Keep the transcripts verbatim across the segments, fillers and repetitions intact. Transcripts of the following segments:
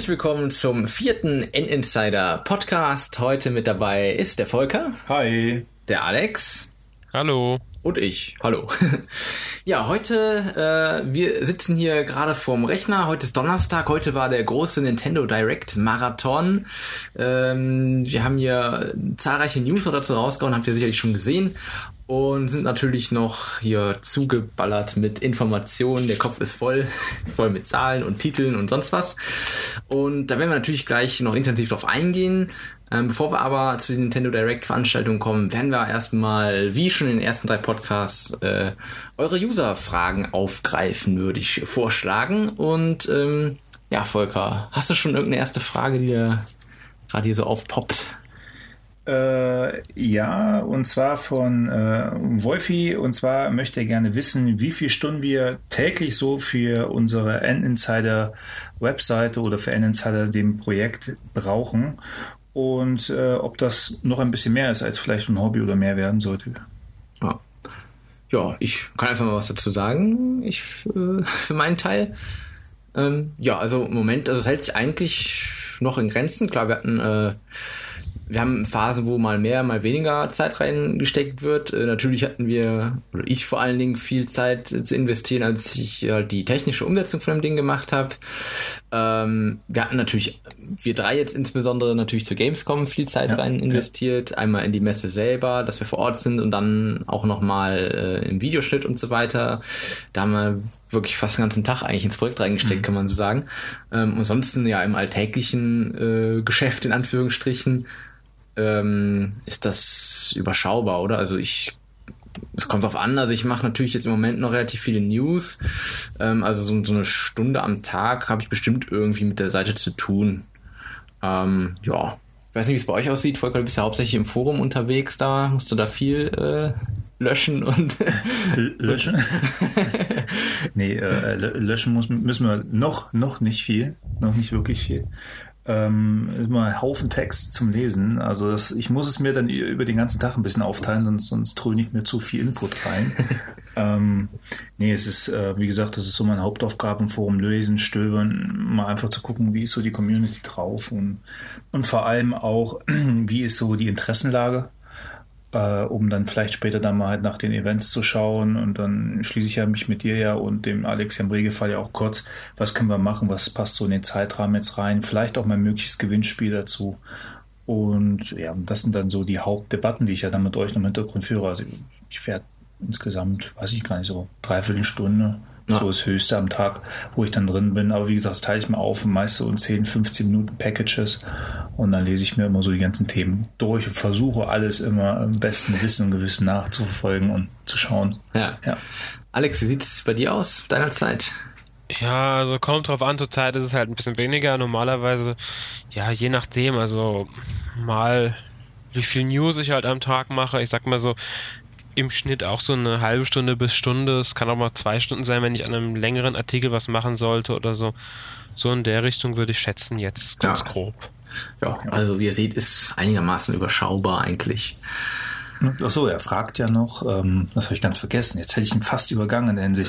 Herzlich willkommen zum vierten N-Insider Podcast. Heute mit dabei ist der Volker. Hi. Der Alex. Hallo. Und ich. Hallo. Ja, heute, äh, wir sitzen hier gerade vorm Rechner. Heute ist Donnerstag. Heute war der große Nintendo Direct Marathon. Ähm, wir haben hier zahlreiche News dazu rausgehauen, habt ihr sicherlich schon gesehen. Und sind natürlich noch hier zugeballert mit Informationen. Der Kopf ist voll, voll mit Zahlen und Titeln und sonst was. Und da werden wir natürlich gleich noch intensiv drauf eingehen. Ähm, bevor wir aber zu den Nintendo Direct Veranstaltungen kommen, werden wir erstmal, wie schon in den ersten drei Podcasts, äh, eure User-Fragen aufgreifen, würde ich vorschlagen. Und ähm, ja, Volker, hast du schon irgendeine erste Frage, die dir gerade hier so aufpoppt? Äh, ja, und zwar von äh, Wolfi, und zwar möchte er gerne wissen, wie viele Stunden wir täglich so für unsere N-Insider Webseite oder für N-Insider dem Projekt brauchen und äh, ob das noch ein bisschen mehr ist, als vielleicht ein Hobby oder mehr werden sollte. Ja, ja, ich kann einfach mal was dazu sagen, ich äh, für meinen Teil. Ähm, ja, also im Moment, also es hält sich eigentlich noch in Grenzen. Klar, wir hatten äh, Wir haben Phasen, wo mal mehr, mal weniger Zeit reingesteckt wird. Äh, natürlich hatten wir, oder ich vor allen Dingen, viel Zeit zu investieren, als ich halt die technische Umsetzung von dem Ding gemacht habe. Ähm, wir hatten natürlich, wir drei jetzt insbesondere natürlich zur Gamescom viel Zeit ja, rein investiert. Ja. Einmal in die Messe selber, dass wir vor Ort sind und dann auch nochmal äh, im Videoschnitt und so weiter. Da haben wir wirklich fast den ganzen Tag eigentlich ins Projekt reingesteckt, mhm. kann man so sagen. Ähm, ansonsten ja im alltäglichen äh, Geschäft in Anführungsstrichen ähm, ist das überschaubar, oder? Also ich, es kommt drauf an, also ich mache natürlich jetzt im Moment noch relativ viele News, ähm, also so, so eine Stunde am Tag habe ich bestimmt irgendwie mit der Seite zu tun. Ähm, ja, ich weiß nicht, wie es bei euch aussieht, Volker, du bist ja hauptsächlich im Forum unterwegs, da musst du da viel äh, löschen und löschen? nee, äh, löschen muss, müssen wir noch, noch nicht viel, noch nicht wirklich viel. Ähm, immer ein Haufen Text zum Lesen. Also das, ich muss es mir dann über den ganzen Tag ein bisschen aufteilen, sonst, sonst dröhne ich mir zu viel Input rein. ähm, nee, es ist, äh, wie gesagt, das ist so meine Hauptaufgabe im Forum, lesen, stöbern, mal einfach zu gucken, wie ist so die Community drauf und, und vor allem auch, wie ist so die Interessenlage, äh, um dann vielleicht später dann mal halt nach den Events zu schauen, und dann schließe ich ja mich mit dir ja und dem Alex ja im Regelfall ja auch kurz, was können wir machen, was passt so in den Zeitrahmen jetzt rein, vielleicht auch mal ein mögliches Gewinnspiel dazu, und ja, das sind dann so die Hauptdebatten, die ich ja dann mit euch noch im Hintergrund führe. Also ich werde insgesamt, weiß ich gar nicht, so dreiviertel Stunde, ja. So das Höchste am Tag, wo ich dann drin bin. Aber wie gesagt, das teile ich mir auf, meist so in zehn, fünfzehn Minuten Packages, und dann lese ich mir immer so die ganzen Themen durch und versuche alles immer im besten Wissen und Gewissen nachzuverfolgen und zu schauen. Ja. ja. Alex, wie sieht es bei dir aus, deiner Zeit? Ja, also kommt drauf an, zur Zeit ist es halt ein bisschen weniger. Normalerweise, ja, je nachdem, also mal wie viel News ich halt am Tag mache. Ich sag mal so, im Schnitt auch so eine halbe Stunde bis Stunde. Es kann auch mal zwei Stunden sein, wenn ich an einem längeren Artikel was machen sollte oder so. So in der Richtung würde ich schätzen jetzt, ganz ja. grob. Ja, also wie ihr seht, ist einigermaßen überschaubar eigentlich. Achso, er fragt ja noch, ähm, das habe ich ganz vergessen, jetzt hätte ich ihn fast übergangen in der Hinsicht,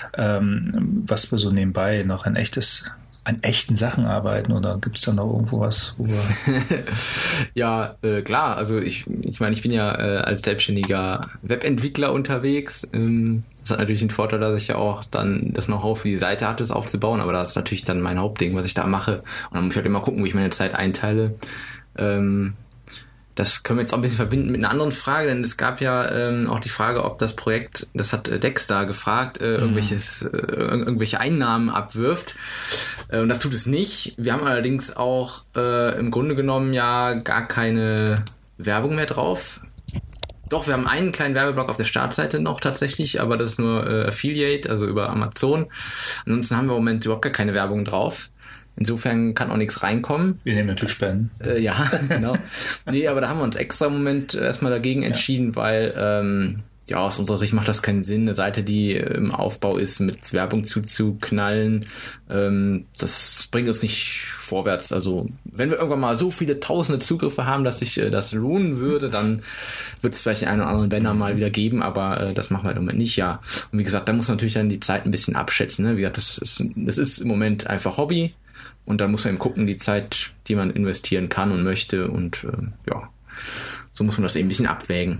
ähm, was wir so nebenbei noch ein echtes... an echten Sachen arbeiten, oder gibt es da noch irgendwo was? Wo wir ja, äh, klar, also ich ich meine, ich bin ja äh, als selbstständiger Webentwickler unterwegs. Ähm, das hat natürlich den Vorteil, dass ich ja auch dann das Know-how für die Seite hatte, das aufzubauen, aber das ist natürlich dann mein Hauptding, was ich da mache. Und dann muss ich halt immer gucken, wie ich meine Zeit einteile. Ähm, Das können wir jetzt auch ein bisschen verbinden mit einer anderen Frage, denn es gab ja ähm, auch die Frage, ob das Projekt, das hat äh, Dexter gefragt, äh, irgendwelches, äh, irgendwelche Einnahmen abwirft. Äh, und das tut es nicht. Wir haben allerdings auch äh, im Grunde genommen ja gar keine Werbung mehr drauf. Doch, wir haben einen kleinen Werbeblock auf der Startseite noch tatsächlich, aber das ist nur äh, Affiliate, also über Amazon. Ansonsten haben wir im Moment überhaupt gar keine Werbung drauf. Insofern kann auch nichts reinkommen. Wir nehmen natürlich Spenden. Äh, ja, genau. Nee, aber da haben wir uns extra im Moment erstmal dagegen entschieden, ja. weil ähm, ja, aus unserer Sicht macht das keinen Sinn, eine Seite, die im Aufbau ist, mit Werbung zuzuknallen. Ähm, das bringt uns nicht vorwärts. Also wenn wir irgendwann mal so viele tausende Zugriffe haben, dass sich äh, das lohnen würde, dann wird es vielleicht einen oder anderen Banner mal wieder geben, aber äh, das machen wir im Moment nicht, ja. Und wie gesagt, da muss man natürlich dann die Zeit ein bisschen abschätzen. Ne? Wie gesagt, das ist, das ist im Moment einfach Hobby. Und dann muss man eben gucken, die Zeit, die man investieren kann und möchte. Und ähm, ja, so muss man das eben ein bisschen abwägen.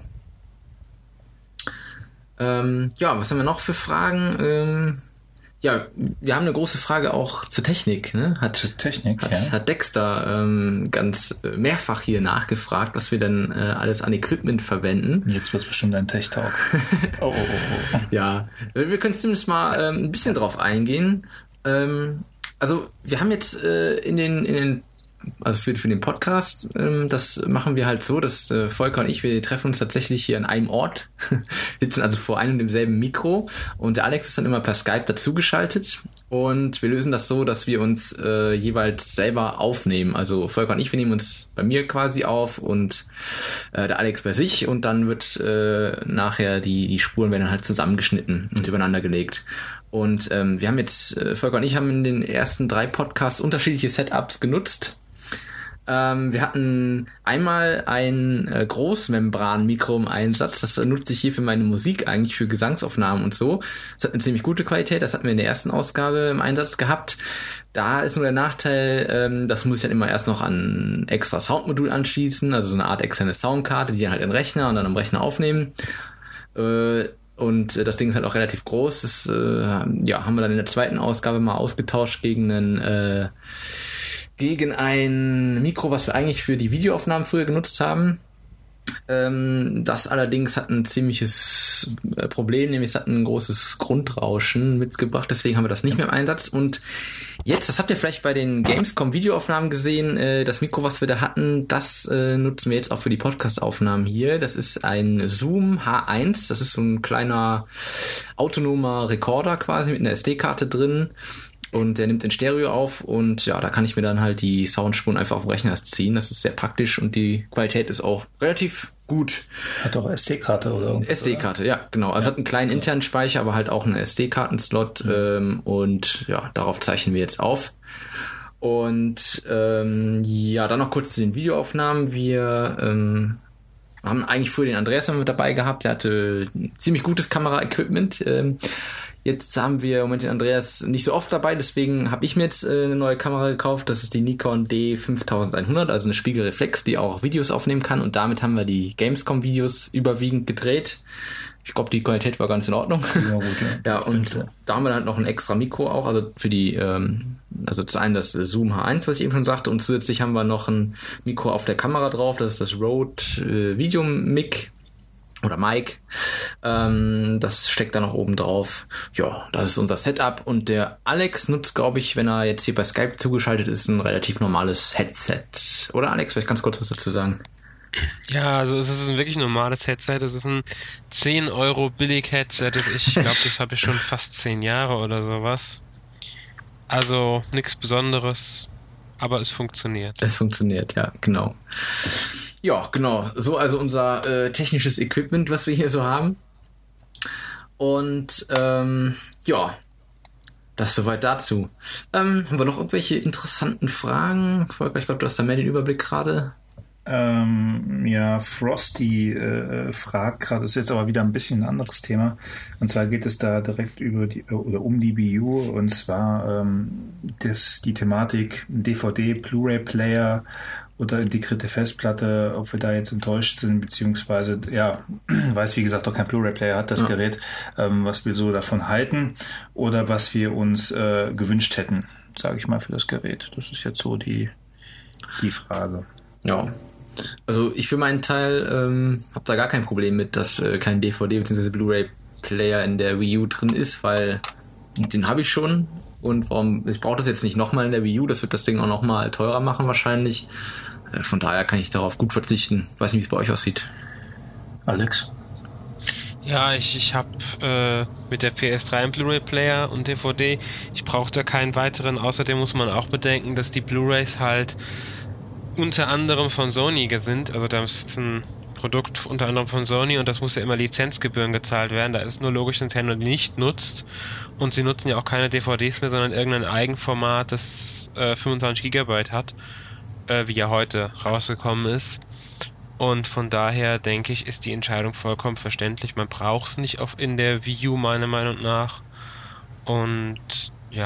Ähm, ja, was haben wir noch für Fragen? Ähm, ja, wir haben eine große Frage auch zur Technik. Ne? Hat, Technik, hat, ja. hat Dexter ähm, ganz mehrfach hier nachgefragt, was wir dann äh, alles an Equipment verwenden. Jetzt wird es bestimmt ein Tech-Talk. Oh, oh, oh, oh. Ja, wir können zumindest mal ähm, ein bisschen drauf eingehen. Ähm, also wir haben jetzt äh, in den, in den also für, für den Podcast, ähm, das machen wir halt so, dass äh, Volker und ich, wir treffen uns tatsächlich hier an einem Ort, sitzen also vor einem und demselben Mikro und der Alex ist dann immer per Skype dazugeschaltet und wir lösen das so, dass wir uns äh, jeweils selber aufnehmen. Also Volker und ich, wir nehmen uns bei mir quasi auf und äh, der Alex bei sich und dann wird äh, nachher die, die Spuren werden dann halt zusammengeschnitten und übereinander gelegt. Und ähm, wir haben jetzt, äh, Volker und ich haben in den ersten drei Podcasts unterschiedliche Setups genutzt. Ähm, wir hatten einmal ein äh, Großmembran-Mikro im Einsatz. Das nutze ich hier für meine Musik, eigentlich für Gesangsaufnahmen und so. Das hat eine ziemlich gute Qualität. Das hatten wir in der ersten Ausgabe im Einsatz gehabt. Da ist nur der Nachteil, ähm, das muss ich dann immer erst noch an ein extra Soundmodul anschließen, also so eine Art externe Soundkarte, die dann halt in den Rechner und dann am Rechner aufnehmen. Äh, Und das Ding ist halt auch relativ groß. Das äh, ja, haben wir dann in der zweiten Ausgabe mal ausgetauscht gegen einen äh, gegen ein Mikro, was wir eigentlich für die Videoaufnahmen früher genutzt haben. Ähm, das allerdings hat ein ziemliches äh, Problem, nämlich es hat ein großes Grundrauschen mitgebracht, deswegen haben wir das nicht mehr im Einsatz. Und jetzt, das habt ihr vielleicht bei den Gamescom Videoaufnahmen gesehen, äh, das Mikro, was wir da hatten, das äh, nutzen wir jetzt auch für die Podcast-Aufnahmen hier. Das ist ein Zoom H eins, das ist so ein kleiner autonomer Rekorder quasi mit einer S D-Karte drin. Und der nimmt in Stereo auf und ja, da kann ich mir dann halt die Soundspuren einfach auf den Rechner ziehen. Das ist sehr praktisch und die Qualität ist auch relativ gut. Hat auch S D-Karte oder? S D-Karte, ja, genau. Also ja. Hat einen kleinen internen Speicher, aber halt auch einen S D-Karten-Slot mhm. ähm, und ja, darauf zeichnen wir jetzt auf. Und ähm, ja, dann noch kurz zu den Videoaufnahmen. Wir ähm, haben eigentlich früher den Andreas mit dabei gehabt. Der hatte ziemlich gutes Kamera-Equipment. Ähm, Jetzt haben wir im Moment den Andreas nicht so oft dabei, deswegen habe ich mir jetzt äh, eine neue Kamera gekauft. Das ist die Nikon D fünftausendeinhundert, also eine Spiegelreflex, die auch Videos aufnehmen kann. Und damit haben wir die Gamescom-Videos überwiegend gedreht. Ich glaube, die Qualität war ganz in Ordnung. Ja, gut, ja. Ja, und so. Da haben wir halt noch ein extra Mikro auch, also für die, ähm, also zu einem das Zoom H eins, was ich eben schon sagte, und zusätzlich haben wir noch ein Mikro auf der Kamera drauf, das ist das Rode äh, Video Mic. Oder Mike, ähm, das steckt da noch oben drauf. Ja, das ist unser Setup und der Alex nutzt, glaube ich, wenn er jetzt hier bei Skype zugeschaltet ist, ein relativ normales Headset. Oder Alex, vielleicht ganz kurz was dazu sagen. Ja, also es ist ein wirklich normales Headset. Es ist ein zehn Euro Billig-Headset. Ich glaube, das habe ich schon fast zehn Jahre oder sowas. Also nichts Besonderes, aber es funktioniert. Es funktioniert, ja, genau. Ja, genau. So also unser äh, technisches Equipment, was wir hier so haben. Und ähm, ja, das soweit dazu. Ähm, haben wir noch irgendwelche interessanten Fragen? Volker, ich glaube, du hast da mehr den Überblick gerade. Ähm, ja, Frosty äh, fragt gerade, ist jetzt aber wieder ein bisschen ein anderes Thema. Und zwar geht es da direkt über die oder um die B U und zwar ähm, das, die Thematik D V D, Blu-ray-Player oder integrierte Festplatte, ob wir da jetzt enttäuscht sind, beziehungsweise, ja, weiß wie gesagt auch kein Blu-ray-Player hat das ja. Gerät, ähm, was wir so davon halten oder was wir uns äh, gewünscht hätten, sage ich mal, für das Gerät. Das ist jetzt so die, die Frage. Ja, also ich für meinen Teil ähm, habe da gar kein Problem mit, dass äh, kein D V D bzw. Blu-ray-Player in der Wii U drin ist, weil den habe ich schon. Und warum, ich brauche das jetzt nicht nochmal in der Wii U, das wird das Ding auch nochmal teurer machen wahrscheinlich. Von daher kann ich darauf gut verzichten. Ich weiß nicht, wie es bei euch aussieht. Alex? Ja, ich, ich habe äh, mit der P S drei einen Blu-ray-Player und D V D. Ich brauche da keinen weiteren. Außerdem muss man auch bedenken, dass die Blu-rays halt unter anderem von Sony sind. Also das ist ein Produkt unter anderem von Sony und das muss ja immer Lizenzgebühren gezahlt werden. Da ist nur logisch, dass Nintendo die nicht nutzt. Und sie nutzen ja auch keine D V Ds mehr, sondern irgendein Eigenformat, das äh, fünfundzwanzig Gigabyte hat, äh, wie ja heute rausgekommen ist. Und von daher denke ich, ist die Entscheidung vollkommen verständlich. Man braucht es nicht auf in der Wii U, meiner Meinung nach. Und ja,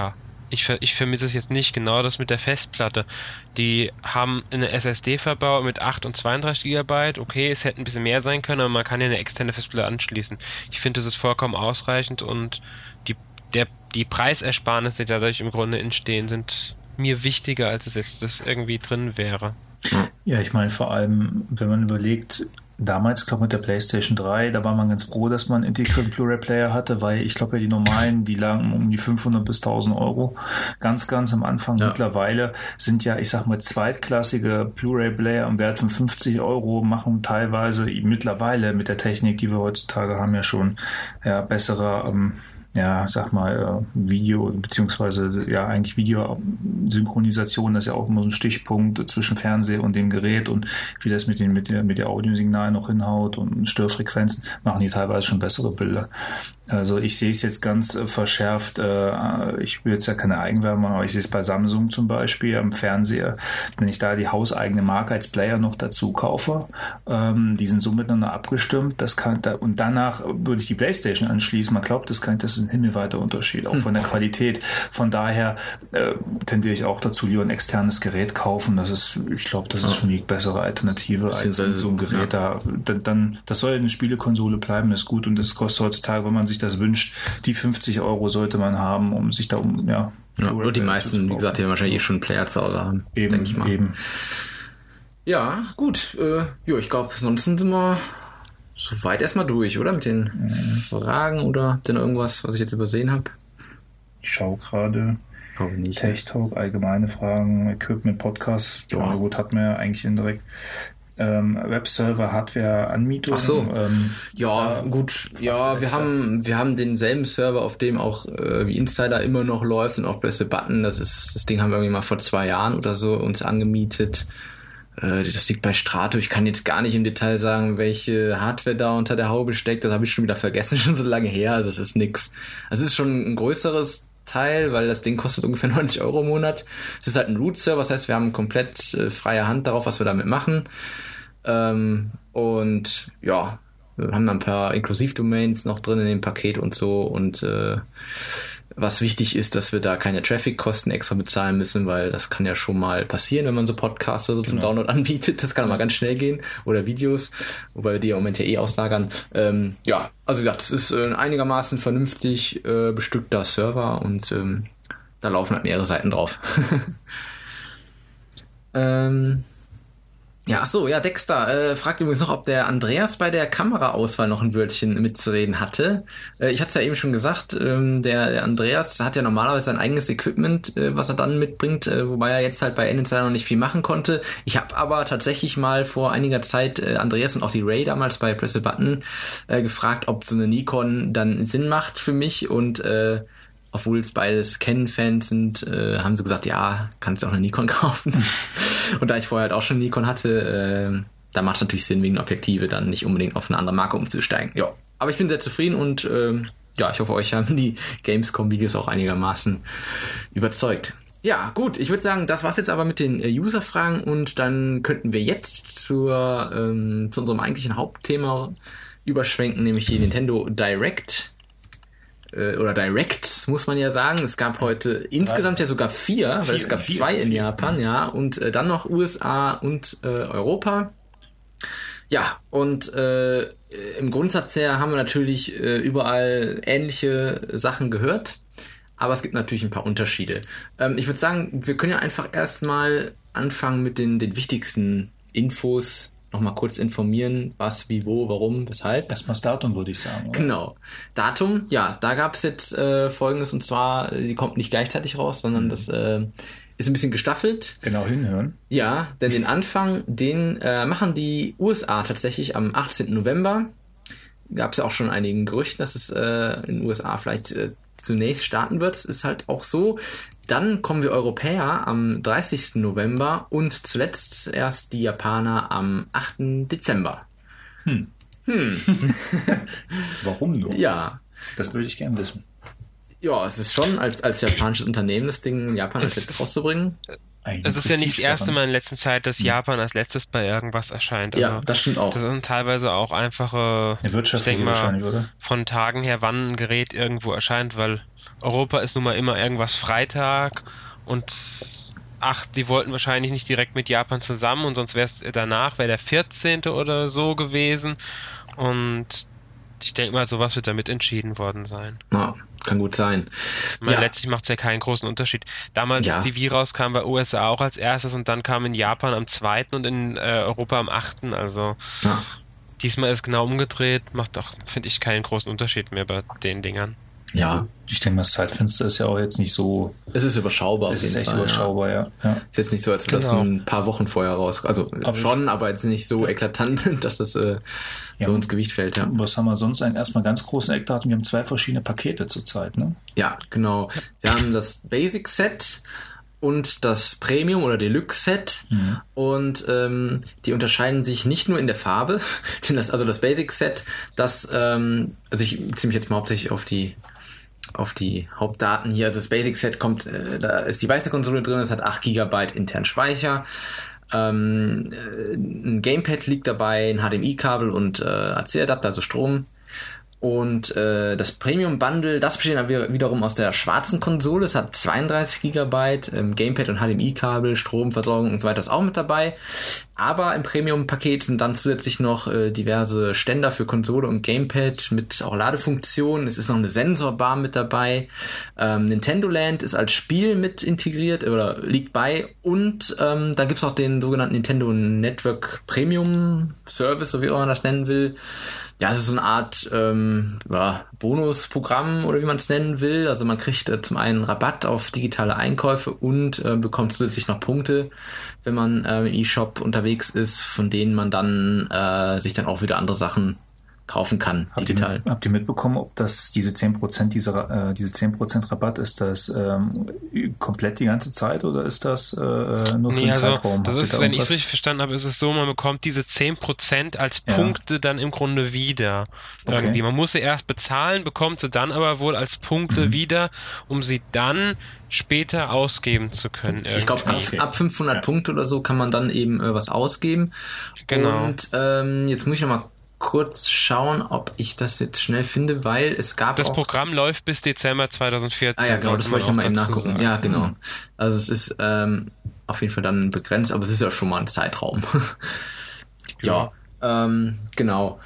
ich, ver- ich vermisse es jetzt nicht. Genau das mit der Festplatte. Die haben eine S S D verbaut mit acht und zweiunddreißig Gigabyte. Okay, es hätte ein bisschen mehr sein können, aber man kann ja eine externe Festplatte anschließen. Ich finde, das ist vollkommen ausreichend und die, der, die Preisersparnisse, die dadurch im Grunde entstehen, sind mir wichtiger, als es jetzt das irgendwie drin wäre. Ja, ich meine vor allem, wenn man überlegt, damals, glaube ich, mit der PlayStation drei, da war man ganz froh, dass man einen integrierten Blu-ray-Player hatte, weil ich glaube ja, die normalen, die lagen um die fünfhundert bis tausend Euro. Ganz, ganz am Anfang. Ja. Mittlerweile sind ja, ich sag mal, zweitklassige Blu-ray-Player im Wert von fünfzig Euro, machen teilweise mittlerweile mit der Technik, die wir heutzutage haben, ja schon ja, bessere ähm, ja, sag mal, Video, beziehungsweise ja eigentlich Videosynchronisation, das ist ja auch immer so ein Stichpunkt zwischen Fernseher und dem Gerät und wie das mit den mit der, mit der Audiosignal noch hinhaut und Störfrequenzen, machen die teilweise schon bessere Bilder. Also ich sehe es jetzt ganz äh, verschärft, äh, ich will jetzt ja keine Eigenwerbung machen, aber ich sehe es bei Samsung zum Beispiel am Fernseher, wenn ich da die hauseigene Marke als Player noch dazu kaufe, ähm, die sind so miteinander abgestimmt, das kann da, und danach würde ich die PlayStation anschließen, man glaubt, das kann, das ist ein himmelweiter Unterschied, auch von der Qualität. Von daher äh, tendiere ich auch dazu, lieber ein externes Gerät kaufen, das ist, ich glaube, das ist schon die bessere Alternative als so ein Gerät ja. da, dann, dann, das soll eine Spielekonsole bleiben, ist gut und das kostet heutzutage, wenn man sich das wünscht, die fünfzig Euro sollte man haben, um sich da um, ja. ja und die meisten, wie gesagt, die wahrscheinlich eh schon einen Player zu Hause haben. Eben, denke ich mal. Eben. Ja, gut. Äh, jo, ich glaube, ansonsten sind wir soweit erstmal durch, oder? Mit den mhm. Fragen oder denn irgendwas, was ich jetzt übersehen habe? Ich schaue gerade. Tech Talk, allgemeine Fragen, Equipment, Podcast. Ja, ja gut, hat man ja eigentlich indirekt. Ähm, Webserver, Hardware, Anmietung. Ach so. Ähm, ja, gut. Ja, wir haben, wir haben denselben Server, auf dem auch äh, wie Insider immer noch läuft und auch Press the Button. Das ist, das Ding haben wir irgendwie mal vor zwei Jahren oder so uns angemietet. Äh, das liegt bei Strato. Ich kann jetzt gar nicht im Detail sagen, welche Hardware da unter der Haube steckt. Das habe ich schon wieder vergessen, schon so lange her. Also es ist nix. Also es ist schon ein größeres Teil, weil das Ding kostet ungefähr neunzig Euro im Monat. Es ist halt ein Root-Server, das heißt, wir haben komplett äh, freie Hand darauf, was wir damit machen. Ähm, und ja, wir haben dann ein paar Inklusivdomains noch drin in dem Paket und so. Und äh, was wichtig ist, dass wir da keine Traffic-Kosten extra bezahlen müssen, weil das kann ja schon mal passieren, wenn man so Podcasts so genau. zum Download anbietet. Das kann mal ganz schnell gehen. Oder Videos, wobei wir die im Moment ja eh auslagern. Ähm, ja, also wie gesagt, das ist ein einigermaßen vernünftig äh, bestückter Server und ähm, da laufen halt mehrere Seiten drauf. ähm... Ja, ach so, ja, Dexter äh, fragt übrigens noch, ob der Andreas bei der Kameraauswahl noch ein Wörtchen mitzureden hatte. Äh, ich hatte es ja eben schon gesagt, ähm, der, der Andreas hat ja normalerweise sein eigenes Equipment, äh, was er dann mitbringt, äh, wobei er jetzt halt bei N-Insider noch nicht viel machen konnte. Ich habe aber tatsächlich mal vor einiger Zeit äh, Andreas und auch die Ray damals bei Press the Button äh, gefragt, ob so eine Nikon dann Sinn macht für mich und äh, obwohl es beides Canon-Fans sind, äh, haben sie gesagt, ja, kannst du auch eine Nikon kaufen. Und da ich vorher halt auch schon Nikon hatte, äh, da macht es natürlich Sinn, wegen Objektive dann nicht unbedingt auf eine andere Marke umzusteigen. Ja, aber ich bin sehr zufrieden und äh, ja, ich hoffe, euch haben die Gamescom-Videos auch einigermaßen überzeugt. Ja, gut, ich würde sagen, das war's jetzt aber mit den äh, User-Fragen und dann könnten wir jetzt zur, ähm, zu unserem eigentlichen Hauptthema überschwenken, nämlich die Nintendo Direct. Oder Directs, muss man ja sagen. Es gab heute insgesamt ja sogar vier, vier weil es gab vier, zwei vier, in vier. Japan, ja, und äh, dann noch U S A und äh, Europa. Ja, und äh, im Grundsatz her haben wir natürlich äh, überall ähnliche Sachen gehört, aber es gibt natürlich ein paar Unterschiede. Ähm, ich würde sagen, wir können ja einfach erstmal anfangen mit den, den wichtigsten Infos, nochmal kurz informieren, was, wie, wo, warum, weshalb. Erstmal das Datum, würde ich sagen. Oder? Genau. Datum, ja, da gab es jetzt äh, Folgendes, und zwar, die kommt nicht gleichzeitig raus, sondern mhm. das äh, ist ein bisschen gestaffelt. Genau, hinhören. Ja, denn den Anfang, den äh, machen die U S A tatsächlich am achtzehnten November. Gab es ja auch schon einigen Gerüchten, dass es äh, in den U S A vielleicht äh, zunächst starten wird. Es ist halt auch so. Dann kommen wir Europäer am dreißigsten November und zuletzt erst die Japaner am achten Dezember. Hm. Hm. Warum nur? Ja. Das würde ich gerne wissen. Ja, es ist schon als, als japanisches Unternehmen, das Ding in Japan als letztes rauszubringen. Es ist ja nicht das erste Mal in letzter Zeit, dass Japan als letztes bei irgendwas erscheint. Also ja, das stimmt auch. Das sind teilweise auch einfache, eine Wirtschaft ich denke mal, wahrscheinlich, oder? von Tagen her, wann ein Gerät irgendwo erscheint, weil Europa ist nun mal immer irgendwas Freitag und ach, die wollten wahrscheinlich nicht direkt mit Japan zusammen und sonst wäre es danach, wäre der vierzehnte oder so gewesen und ich denke mal, sowas wird damit entschieden worden sein. Ja, kann gut sein. Meine, Ja. letztlich macht es ja keinen großen Unterschied. Damals, Ja. als die Wii rauskam, war U S A auch als erstes und dann kam in Japan am zweiten und in äh, Europa am achten. Also Ja. diesmal ist genau umgedreht, macht doch, finde ich, keinen großen Unterschied mehr bei den Dingern. Ja, Ich denke, das Zeitfenster ist ja auch jetzt nicht so. es ist überschaubar. Es auf ist jeden echt Fall, überschaubar, ja. ja. Ja. Ist jetzt nicht so, als würde das Genau. ein paar Wochen vorher raus. Also Aber schon, aber jetzt nicht so eklatant, dass das äh, Ja. so ins Gewicht fällt. Ja, Was haben wir sonst eigentlich? Erstmal ganz großen Eckdaten. Wir haben zwei verschiedene Pakete zurzeit, ne? ja genau. Wir haben das Basic Set und das Premium oder Deluxe Set Mhm. und ähm, die unterscheiden sich nicht nur in der Farbe, denn das, also das Basic Set, das, ähm, also ich beziehe mich jetzt mal hauptsächlich auf die auf die Hauptdaten hier. Also das Basic Set kommt, äh, da ist die weiße Konsole drin, es hat acht Gigabyte internen Speicher, ähm, äh, ein Gamepad liegt dabei, ein H D M I-Kabel und äh, A C-Adapter, also Strom. Und äh, das Premium Bundle, das besteht dann wieder- wiederum aus der schwarzen Konsole. Es hat zweiunddreißig Gigabyte, ähm, Gamepad und H D M I-Kabel, Stromversorgung und so weiter ist auch mit dabei. Aber im Premium-Paket sind dann zusätzlich noch äh, diverse Ständer für Konsole und Gamepad mit auch Ladefunktionen. Es ist noch eine Sensorbar mit dabei. Ähm, Nintendo Land ist als Spiel mit integriert oder liegt bei. Und ähm, da gibt's noch den sogenannten Nintendo Network Premium Service, so wie man das nennen will. Ja, es ist so eine Art ähm, ja, Bonusprogramm oder wie man es nennen will. Also man kriegt äh, zum einen Rabatt auf digitale Einkäufe und äh, bekommt zusätzlich noch Punkte, wenn man äh, im E-Shop unterwegs ist, von denen man dann äh, sich dann auch wieder andere Sachen kaufen kann, Habt digital. ihr, habt ihr mitbekommen, ob das diese zehn Prozent dieser, äh, diese zehn Prozent Rabatt ist das ähm, komplett die ganze Zeit oder ist das äh, nur für Nee, einen also, Zeitraum? das Habt ihr ist, da wenn ich es irgendwas? richtig verstanden habe, ist es so, man bekommt diese zehn Prozent als Ja. Punkte dann im Grunde wieder. Okay. Irgendwie. Man muss sie erst bezahlen, bekommt sie dann aber wohl als Punkte Mhm. wieder, um sie dann später ausgeben zu können. Irgendwie. Ich glaube, ab, Okay. ab fünfhundert Ja. Punkte oder so kann man dann eben äh, was ausgeben. Genau. Und ähm, jetzt muss ich noch mal kurz schauen, ob ich das jetzt schnell finde, weil es gab Das auch... Programm läuft bis Dezember zweitausendvierzehn. Ah ja, genau, sollte das wollte ich man nochmal eben auch dazu nachgucken. sagen. Ja, genau. Mhm. Also es ist ähm, auf jeden Fall dann begrenzt, aber es ist ja schon mal ein Zeitraum. ja, ähm, genau.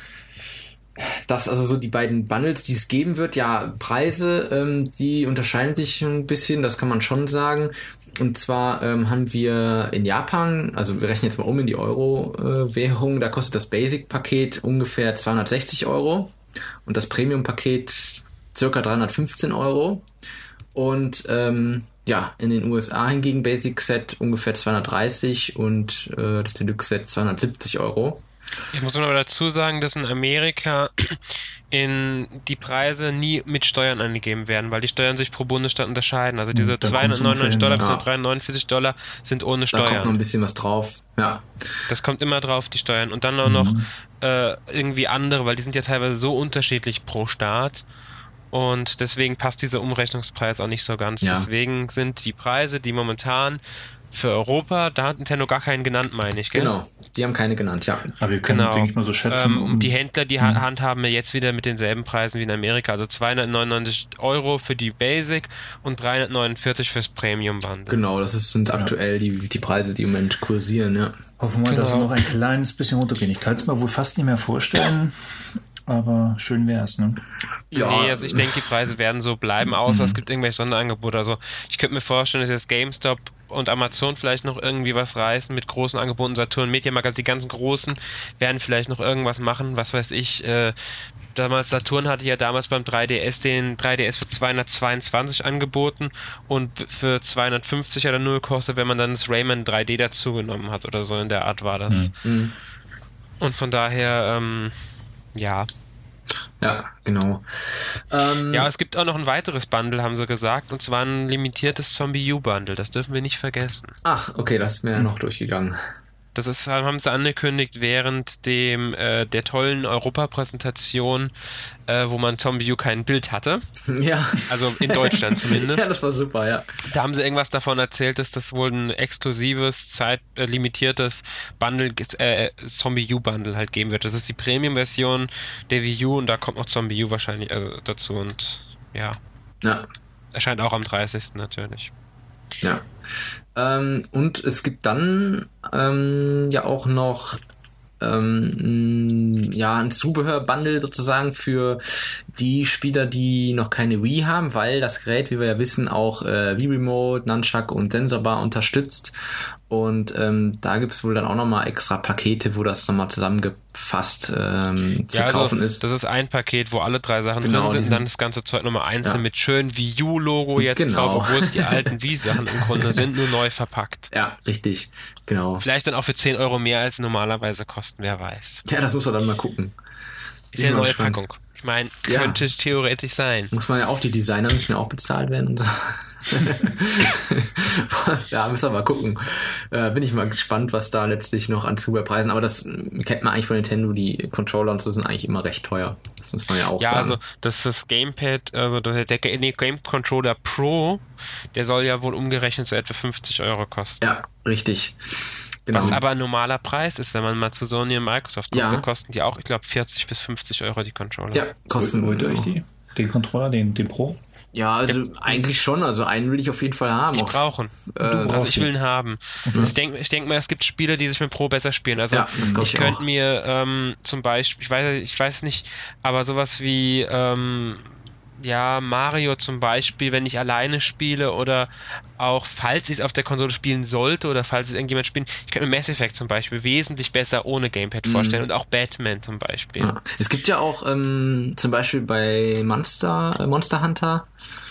Das also so die beiden Bundles, die es geben wird. Ja, Preise, ähm, die unterscheiden sich ein bisschen, das kann man schon sagen. Und zwar ähm, haben wir in Japan, also wir rechnen jetzt mal um in die Euro-Währung, da kostet das Basic-Paket ungefähr zweihundertsechzig Euro und das Premium-Paket circa dreihundertfünfzehn Euro. Und ähm, ja, in den U S A hingegen Basic Set ungefähr zweihundertdreißig und äh, das Deluxe Set zweihundertsiebzig Euro. Ich muss aber dazu sagen, dass in Amerika in die Preise nie mit Steuern angegeben werden, weil die Steuern sich pro Bundesstaat unterscheiden. Also diese Da kommt's zweihundertneunundneunzig Dollar bis ja. dreihundertneunundvierzig Dollar sind ohne Da kommt noch ein Steuern. bisschen was drauf. Ja, Das kommt immer drauf, die Steuern. Und dann auch Mhm. noch äh, irgendwie andere, weil die sind ja teilweise so unterschiedlich pro Staat. Und deswegen passt dieser Umrechnungspreis auch nicht so ganz. Ja. Deswegen sind die Preise, die momentan für Europa, da hat Nintendo gar keinen genannt, meine ich, gell? genau. Die haben keine genannt, ja. Aber wir können, Genau. denke ich mal, so schätzen. Ähm, um- die Händler, die ha- handhaben ja jetzt wieder mit denselben Preisen wie in Amerika. Also zweihundertneunundneunzig Euro für die Basic und dreihundertneunundvierzig fürs Premium Bundle. Genau, das ist, sind aktuell die, die Preise, die im Moment kursieren, ja. Hoffen wir, dass sie Genau. noch ein kleines bisschen runtergehen. Ich kann es mir wohl fast nicht mehr vorstellen, aber schön wäre es, ne? Nee, also ich denke, die Preise werden so bleiben, außer Mhm. es gibt irgendwelche Sonderangebote. Also ich könnte mir vorstellen, dass jetzt GameStop und Amazon vielleicht noch irgendwie was reißen mit großen Angeboten. Saturn, Mediamarkt, also die ganzen großen werden vielleicht noch irgendwas machen, was weiß ich. Äh, damals, Saturn hatte ja damals beim drei D S den drei D S für zweihundertzweiundzwanzig angeboten und für zweihundertfünfzig oder null kostet, wenn man dann das Rayman drei D dazu genommen hat oder so in der Art war das. Mhm. Mhm. Und von daher, ähm, ja. Ja, genau. Ähm, Ja, es gibt auch noch ein weiteres Bundle, haben sie gesagt, und zwar ein limitiertes Zombie-U-Bundle. Das dürfen wir nicht vergessen. Ach, okay, das ist mir ja noch durchgegangen. Das ist, haben sie angekündigt während dem äh, der tollen Europa-Präsentation, äh, wo man Zombie U kein Bild hatte. Ja. Also in Deutschland zumindest. Ja, das war super, ja. Da haben sie irgendwas davon erzählt, dass das wohl ein exklusives, zeitlimitiertes Bundle, äh, Zombie U-Bundle halt geben wird. Das ist die Premium-Version der Wii U und da kommt noch Zombie U wahrscheinlich äh, dazu und ja. Ja. erscheint auch am dreißigsten natürlich. Ja. Ähm, und es gibt dann ähm, ja auch noch ähm, ja ein Zubehör-Bundle sozusagen für die Spieler, die noch keine Wii haben, weil das Gerät, wie wir ja wissen, auch äh, Wii Remote, Nunchuck und Sensorbar unterstützt. Und ähm, da gibt es wohl dann auch nochmal extra Pakete, wo das nochmal zusammengefasst ähm, zu ja, kaufen also, ist. Das ist ein Paket, wo alle drei Sachen genau, drin sind, diesen, dann das ganze Zeug nochmal einzeln ja. mit schön Wii U-Logo jetzt genau. drauf, obwohl es die alten Wii-Sachen im Grunde sind, nur neu verpackt. Ja, richtig, genau. Vielleicht dann auch für zehn Euro mehr als normalerweise kosten, wer weiß. Ja, das muss man dann mal gucken. Ist ja eine neue Packung. Ich meine, könnte ja. theoretisch sein. Muss man ja auch, die Designer müssen ja auch bezahlt werden und so. Ja, müssen wir mal gucken. Äh, bin ich mal gespannt, was da letztlich noch an Zubehörpreisen, aber das kennt man eigentlich von Nintendo, die Controller und so sind eigentlich immer recht teuer. Das muss man ja auch ja, sagen. Ja, also das ist das Gamepad, also der, der Game Controller Pro, der soll ja wohl umgerechnet so etwa fünfzig Euro kosten. Ja, richtig. Genau. Was aber ein normaler Preis ist, wenn man mal zu Sony und Microsoft guckt, ja. dann kosten die auch, ich glaube, vierzig bis fünfzig Euro die Controller. Ja, kosten. Wollt ihr euch die? Den Controller, den, den Pro? Ja, also ja. eigentlich schon. Also einen will ich auf jeden Fall haben. Ich auch, brauche ihn. Äh, also ich will ihn haben. Okay. Ich denke ich denk mal, es gibt Spiele, die sich mit Pro besser spielen. Also ja, das ich, ich könnte mir ähm, zum Beispiel, ich weiß, ich weiß nicht, aber sowas wie ähm, ja, Mario zum Beispiel, wenn ich alleine spiele oder auch falls ich es auf der Konsole spielen sollte oder falls es irgendjemand spielt, ich könnte mir Mass Effect zum Beispiel wesentlich besser ohne Gamepad mhm. vorstellen und auch Batman zum Beispiel. Ja. Es gibt ja auch ähm, zum Beispiel bei Monster, äh, Monster Hunter,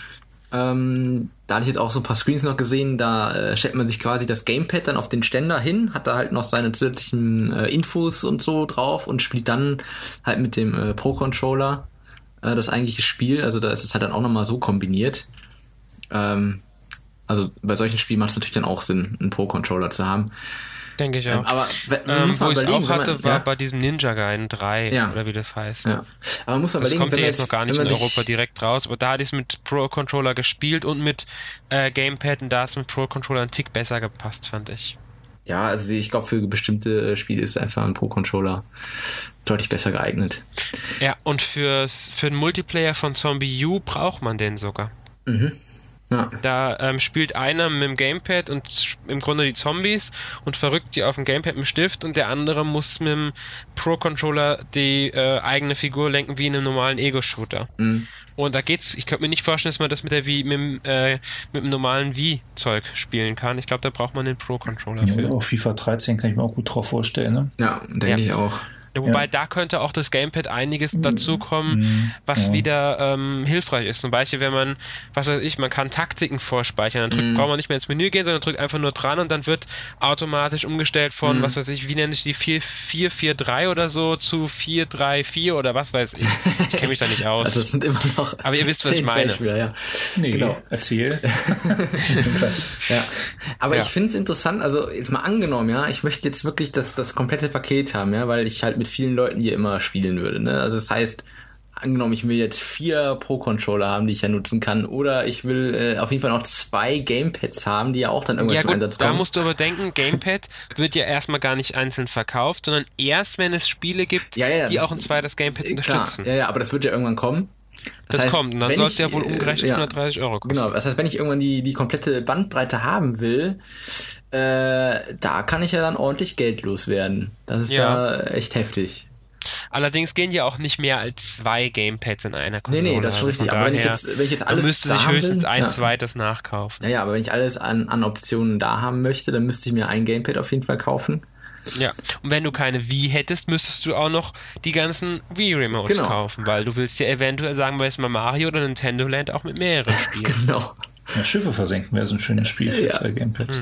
ähm, da hatte ich jetzt auch so ein paar Screens noch gesehen, da äh, stellt man sich quasi das Gamepad dann auf den Ständer hin, hat da halt noch seine zusätzlichen äh, Infos und so drauf und spielt dann halt mit dem äh, Pro-Controller das eigentliche Spiel, also da ist es halt dann auch nochmal so kombiniert. Ähm, also bei solchen Spielen macht es natürlich dann auch Sinn, einen Pro-Controller zu haben. Denke ich auch. Ähm, aber man ähm, muss wo mal ich es überlegen, auch hatte, man, war ja. bei diesem Ninja Gaiden drei, ja. oder wie das heißt. Ja. Aber man muss mal das überlegen, kommt wenn ja man jetzt noch gar nicht in Europa direkt raus, aber da hatte ich es mit Pro-Controller gespielt und mit äh, Gamepad und da hat es mit Pro-Controller einen Tick besser gepasst, fand ich. Ja, also ich glaube, für bestimmte Spiele ist einfach ein Pro-Controller deutlich besser geeignet. Ja, und fürs, für den Multiplayer von Zombie U braucht man den sogar. Mhm. Ja. Da ähm, spielt einer mit dem Gamepad und im Grunde die Zombies und verrückt die auf dem Gamepad mit dem Stift und der andere muss mit dem Pro-Controller die äh, eigene Figur lenken wie in einem normalen Ego-Shooter. Mhm. Und da geht's, ich könnte mir nicht vorstellen, dass man das mit der Wii, mit dem, äh, mit dem normalen Wii-Zeug spielen kann. Ich glaube, da braucht man den Pro-Controller ja, für. Auf FIFA dreizehn kann ich mir auch gut drauf vorstellen, ne? Ja, denke ja. ich auch. Ja, wobei ja. da könnte auch das Gamepad einiges dazukommen, mhm. was ja. wieder ähm, hilfreich ist. Zum Beispiel, wenn man, was weiß ich, man kann Taktiken vorspeichern, dann drückt, mhm. braucht man nicht mehr ins Menü gehen, sondern drückt einfach nur dran und dann wird automatisch umgestellt von, mhm. was weiß ich, wie nenne ich die, vier vier drei oder so zu vier drei vier oder was weiß ich. Ich kenne mich da nicht aus. Also es sind immer noch aber ihr wisst, was ich meine. Ja. Nee, genau. Erzähl. ja. Aber ja. ich finde es interessant, also jetzt mal angenommen, ja, ich möchte jetzt wirklich das, das komplette Paket haben, ja, weil ich halt mit vielen Leuten hier immer spielen würde, ne? Also das heißt, angenommen, ich will jetzt vier Pro-Controller haben, die ich ja nutzen kann, oder ich will äh, auf jeden Fall noch zwei Gamepads haben, die ja auch dann irgendwann ja, zum gut, Einsatz kommen. Da musst du aber denken, Gamepad wird ja erstmal gar nicht einzeln verkauft, sondern erst, wenn es Spiele gibt, ja, ja, die das, auch ein zweites Gamepad klar, unterstützen. Ja, ja, aber das wird ja irgendwann kommen. Das, das heißt, kommt, und dann soll es ja wohl umgerechnet äh, ja, hundertdreißig Euro kosten. Genau, das heißt, wenn ich irgendwann die, die komplette Bandbreite haben will, äh, da kann ich ja dann ordentlich Geld loswerden. Das ist ja, ja echt heftig. Allerdings gehen ja auch nicht mehr als zwei Gamepads in einer Konsole. Nee, nee, das ist schon richtig. Aber wenn ich jetzt, wenn ich jetzt alles man müsste da sich haben höchstens will, ein ja. zweites nachkaufen. Ja, ja, aber wenn ich alles an, an Optionen da haben möchte, dann müsste ich mir ein Gamepad auf jeden Fall kaufen. Ja, und wenn du keine Wii hättest, müsstest du auch noch die ganzen Wii-Remotes genau. kaufen, weil du willst ja eventuell, sagen wir jetzt mal Mario oder Nintendo Land auch mit mehreren spielen. Genau. Ja, Schiffe versenken wäre so ein schönes Spiel für ja. zwei Gamepads. Mhm.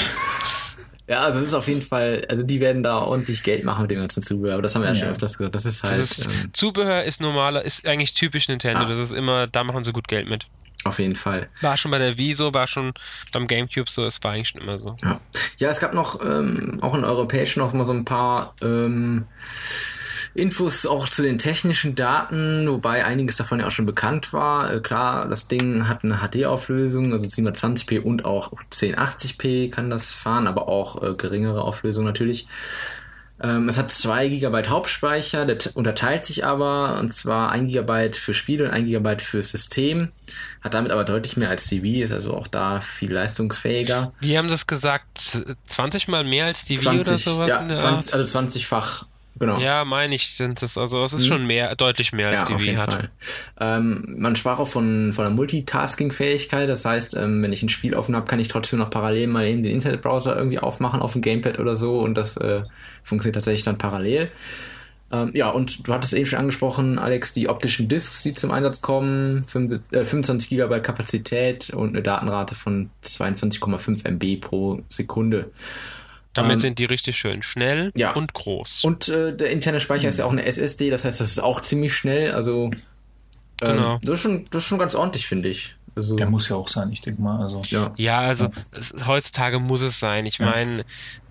Ja, also es ist auf jeden Fall, also die werden da ordentlich Geld machen mit dem ganzen Zubehör, aber das haben wir ja, ja schon öfters gesagt. Das ist halt. Das ist, ähm, Zubehör ist normaler, ist eigentlich typisch Nintendo. Ah. Das ist immer, da machen sie gut Geld mit. Auf jeden Fall. War schon bei der Wii so, war schon beim GameCube so, es war eigentlich schon immer so. Ja, ja, es gab noch, ähm, auch in europäischen noch mal so ein paar ähm, Infos auch zu den technischen Daten, wobei einiges davon ja auch schon bekannt war. Äh, klar, das Ding hat eine H D-Auflösung, also siebenhundertzwanzig p und auch zehn achtzig p kann das fahren, aber auch äh, geringere Auflösung natürlich. Ähm, es hat zwei Gigabyte Hauptspeicher, der t- unterteilt sich aber, und zwar ein Gigabyte für Spiele und ein Gigabyte fürs System. Hat damit aber deutlich mehr als D V, ist also auch da viel leistungsfähiger. Wie haben sie es gesagt? zwanzig Mal mehr als D V zwanzig, oder sowas? ja, in der zwanzig, Art? also zwanzig-fach. Genau. Ja, meine ich, sind es. Also es ist Hm. schon mehr, deutlich mehr als Ja, D auf V jeden hat. Fall. Ähm, man sprach auch von, von der Multitasking-Fähigkeit. Das heißt, ähm, wenn ich ein Spiel offen habe, kann ich trotzdem noch parallel mal eben den Internetbrowser irgendwie aufmachen auf dem Gamepad oder so und das äh, funktioniert tatsächlich dann parallel. Ähm, ja, und du hattest eben schon angesprochen, Alex, die optischen Disks, die zum Einsatz kommen, fünfundzwanzig Gigabyte Kapazität und eine Datenrate von zweiundzwanzig Komma fünf Megabyte pro Sekunde. Damit Ähm, sind die richtig schön schnell ja. und groß. Und äh, der interne Speicher ist ja auch eine S S D, das heißt, das ist auch ziemlich schnell. Also ähm, Genau. das ist schon, das ist schon ganz ordentlich, finde ich. Also, Der muss ja auch sein, ich denke mal. Also. ja. Ja, also es, heutzutage muss es sein. Ich Ja. meine,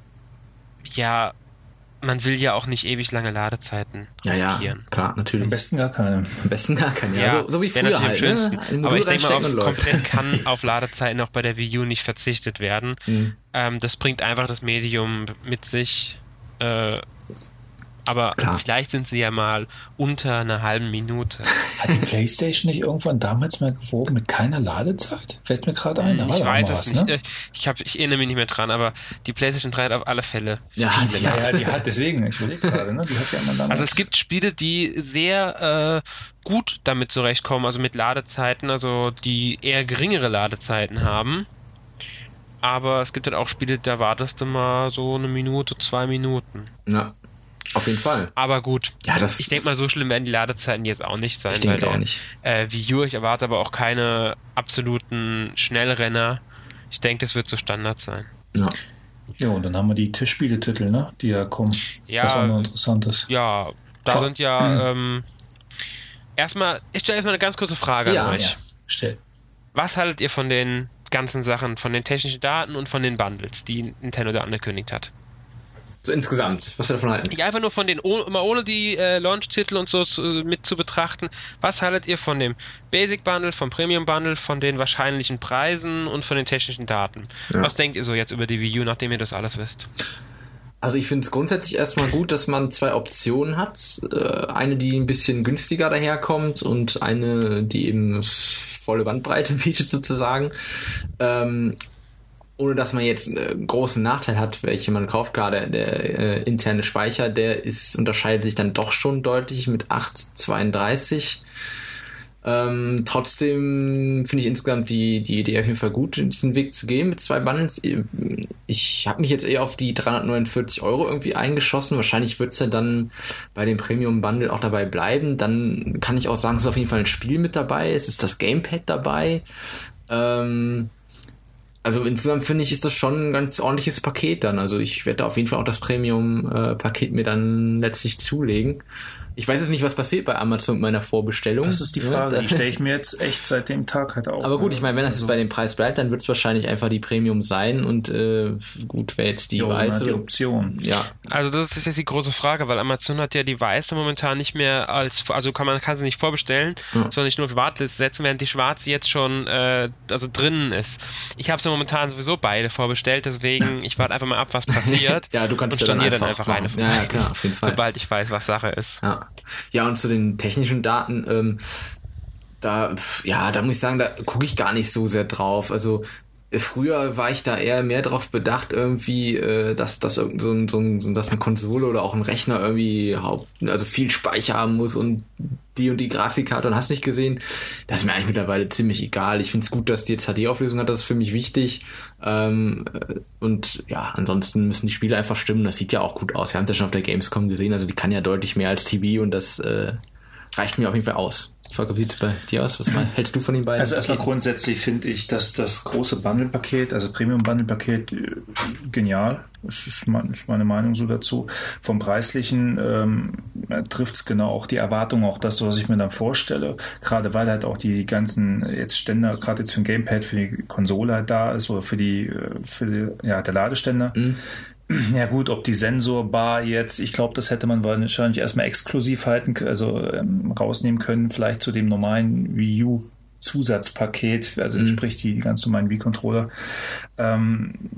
ja, man will ja auch nicht ewig lange Ladezeiten Ja, ja, riskieren. klar, Am natürlich. besten gar keine. Am besten gar keinen, ja. Ja, so, so wie wäre früher natürlich halt, am schönsten. ne? Ein Aber Modul ich denke mal, reinstecken auf, und läuft. komplett kann auf Ladezeiten auch bei der Wii U nicht verzichtet werden. Mhm. Ähm, das bringt einfach das Medium mit sich. Äh, aber Klar. vielleicht sind sie ja mal unter einer halben Minute. Hat die PlayStation nicht irgendwann damals mal geworben mit keiner Ladezeit? Fällt mir gerade ein. Da war Ich doch weiß mal es was, nicht. Ne? Äh, Ich, hab, ich erinnere mich nicht mehr dran, aber die PlayStation drei hat auf alle Fälle. Ja, die Ja, hat, ja, die hat deswegen, ich überlege gerade, ne? Die hat ja immer damals. Also es gibt Spiele, die sehr äh, gut damit zurechtkommen, also mit Ladezeiten, also die eher geringere Ladezeiten haben. Aber es gibt halt auch Spiele, da wartest du mal so eine Minute, zwei Minuten. ja, auf jeden Fall. Aber gut, Ja, das ich denke mal, so schlimm werden die Ladezeiten jetzt auch nicht sein. ich denke bei auch der, nicht. Äh, Wii U, ich erwarte aber auch keine absoluten Schnellrenner. Ich denke, das wird so Standard sein. Ja. Ja, und dann haben wir die Tischspieletitel, ne? Die ja kommen. Ja, Was auch noch interessant ist. ja, da Ver- sind ja ähm, erstmal, ich stelle erstmal eine ganz kurze Frage Ja, an euch. Ja, stell. Was haltet ihr von den ganzen Sachen, von den technischen Daten und von den Bundles, die Nintendo da angekündigt hat? So insgesamt, was wir davon halten. Ja, einfach nur von den, oh, immer ohne die äh, Launch-Titel und so zu, mit zu betrachten. Was haltet ihr von dem Basic Bundle, vom Premium Bundle, von den wahrscheinlichen Preisen und von den technischen Daten? Ja. Was denkt ihr so jetzt über die Wii U, nachdem ihr das alles wisst? Also ich finde es grundsätzlich erstmal gut, dass man zwei Optionen hat. Äh, eine, die ein bisschen günstiger daherkommt und eine, die eben volle Bandbreite bietet sozusagen. Ähm, ohne dass man jetzt einen großen Nachteil hat, welche man kauft. Gerade der, der äh, interne Speicher, der ist unterscheidet sich dann doch schon deutlich mit acht zweiunddreißig. Ähm, trotzdem finde ich insgesamt die, die Idee auf jeden Fall gut, diesen Weg zu gehen mit zwei Bundles. Ich habe mich jetzt eher auf die dreihundertneunundvierzig Euro irgendwie eingeschossen. Wahrscheinlich wird es ja dann bei dem Premium Bundle auch dabei bleiben. Dann kann ich auch sagen, es ist auf jeden Fall ein Spiel mit dabei. Es ist das Gamepad dabei. Ähm, also insgesamt finde ich, ist das schon ein ganz ordentliches Paket dann. Also ich werde da auf jeden Fall auch das Premium-Paket mir dann letztlich zulegen. Ich weiß jetzt nicht, was passiert bei Amazon mit meiner Vorbestellung. Das ist die Frage, die stelle ich mir jetzt echt seit dem Tag halt auch. Aber gut, ich meine, wenn das also, jetzt bei dem Preis bleibt, dann wird es wahrscheinlich einfach die Premium sein und äh, gut, wer jetzt die jo, weiße... die Option. Ja, Also das ist jetzt die große Frage, weil Amazon hat ja die weiße momentan nicht mehr als, also kann man kann sie nicht vorbestellen, Ja. sondern nicht nur auf Warteliste setzen, während die schwarze jetzt schon äh, also drinnen ist. Ich habe sie momentan sowieso beide vorbestellt, deswegen ich warte einfach mal ab, was passiert. ja, du kannst und ja dann storniere einfach, dann einfach machen. eine. Ja, ja, klar, auf jeden Fall. Sobald ich weiß, was Sache ist. Ja, ja, und zu den technischen Daten, ähm, da, pf, ja, da muss ich sagen, da gucke ich gar nicht so sehr drauf. Also äh, früher war ich da eher mehr drauf bedacht, irgendwie, äh, dass, dass, irgend so ein, so ein, so, dass eine Konsole oder auch ein Rechner irgendwie haupt, also viel Speicher haben muss und die und die Grafikkarte und hast nicht gesehen. Das ist mir eigentlich mittlerweile ziemlich egal. Ich finde es gut, dass die jetzt H D-Auflösung hat, das ist für mich wichtig. Ähm, und ja, ansonsten müssen die Spiele einfach stimmen. Das sieht ja auch gut aus. Wir haben das schon auf der Gamescom gesehen. Also die kann ja deutlich mehr als T V und das äh, reicht mir auf jeden Fall aus. Volker, wie sieht es bei dir aus? Was mal, hältst du von den beiden? Also erstmal Paketen? grundsätzlich finde ich, dass das große Bundle-Paket, also Premium-Bundle-Paket, äh, genial. Das ist, mein, ist meine Meinung so dazu. Vom Preislichen ähm, trifft es genau auch die Erwartung, auch das, was ich mir dann vorstelle. Gerade weil halt auch die ganzen jetzt Ständer, gerade jetzt für ein Gamepad, für die Konsole halt da ist oder für die, für die ja, der Ladeständer. Mhm. Ja gut, ob die Sensorbar jetzt, ich glaube, das hätte man wahrscheinlich erstmal exklusiv halten, also ähm, rausnehmen können, vielleicht zu dem normalen Wii U Zusatzpaket, also Mhm. sprich die, die ganz normalen Wii-Controller. Ähm,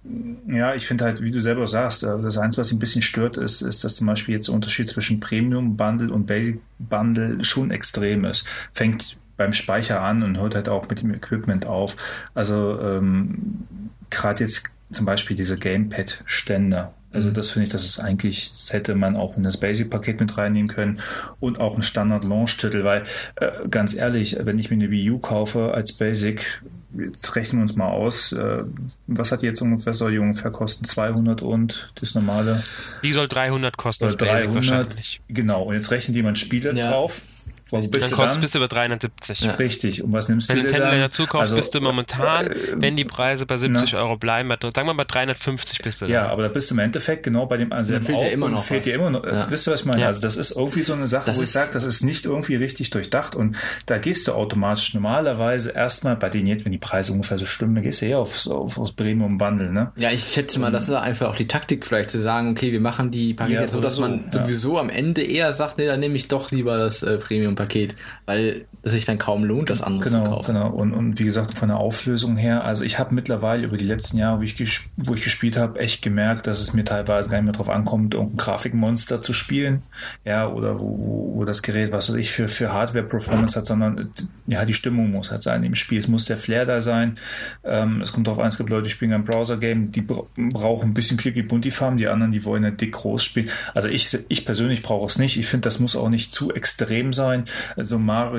Ja, ich finde halt, wie du selber sagst, das Eins, was ein bisschen stört, ist, ist, dass zum Beispiel jetzt der Unterschied zwischen Premium Bundle und Basic Bundle schon extrem ist. Fängt beim Speicher an und hört halt auch mit dem Equipment auf. Also ähm, gerade jetzt zum Beispiel diese Gamepad-Ständer. Also das finde ich, das ist eigentlich, das hätte man auch in das Basic-Paket mit reinnehmen können und auch ein Standard-Launch-Titel, weil äh, ganz ehrlich, wenn ich mir eine Wii U kaufe als Basic, jetzt rechnen wir uns mal aus, äh, was hat die jetzt ungefähr, soll die ungefähr kosten? zweihundert und das normale? Die soll dreihundert kosten, das dreihundert, genau, und jetzt rechnen die mal Spiele ja. drauf. Wo bist dann du kostet dann? Bist du über dreihundertsiebzig. Ja. Richtig. Und was nimmst wenn du dir dann? Wenn du Nintendo dazu kaufst, also, bist du momentan, äh, wenn die Preise bei siebzig na, Euro bleiben, sagen wir mal bei dreihundertfünfzig bist du da. Ja, aber da bist du im Endeffekt genau bei dem also fehlt dir immer noch fehlt dir immer noch. Ja. Wisst ihr, was ich meine? Ja. Also das ist irgendwie so eine Sache, das wo ich sage, das ist nicht irgendwie richtig durchdacht und da gehst du automatisch normalerweise erstmal bei denen jetzt, wenn die Preise ungefähr so stimmen, dann gehst du eher aufs, auf, aufs Premium Bundle, ne? Ja, ich schätze mal, das ist einfach auch die Taktik vielleicht zu sagen, okay, wir machen die Pakete ja, so, dass so, man ja. sowieso am Ende eher sagt, nee, dann nehme ich doch lieber das äh, Premium-Paket, weil es sich dann kaum lohnt, das andere genau, zu kaufen. Genau, und, und wie gesagt, von der Auflösung her, also ich habe mittlerweile über die letzten Jahre, wo ich, ges- wo ich gespielt habe, echt gemerkt, dass es mir teilweise gar nicht mehr drauf ankommt, irgendein Grafikmonster zu spielen, ja, oder wo, wo das Gerät, was weiß ich, für, für Hardware-Performance hat, sondern ja, die Stimmung muss halt sein im Spiel. Es muss der Flair da sein. Ähm, es kommt drauf an, es gibt Leute, die spielen ein Browser-Game, die bra- brauchen ein bisschen clicky-bunty-Farben, die anderen, die wollen ja dick groß spielen. Also ich, ich persönlich brauche es nicht. Ich finde, das muss auch nicht zu extrem sein. Also Mario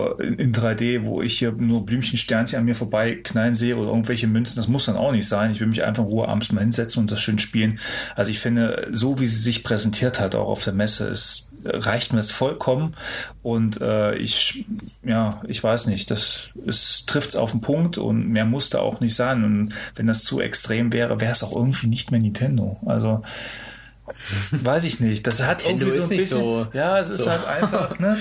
in drei D, wo ich hier nur Blümchen, Sternchen an mir vorbei knallen sehe oder irgendwelche Münzen, das muss dann auch nicht sein. Ich will mich einfach in Ruhe abends mal hinsetzen und das schön spielen. Also ich finde, so wie sie sich präsentiert hat, auch auf der Messe, ist, reicht mir das vollkommen und äh, ich, ja, ich weiß nicht, das es trifft es auf den Punkt und mehr muss da auch nicht sein und wenn das zu extrem wäre, wäre es auch irgendwie nicht mehr Nintendo. Also weiß ich nicht. Das hat Nintendo irgendwie so ein bisschen, so, ja, es ist so. halt einfach, ne?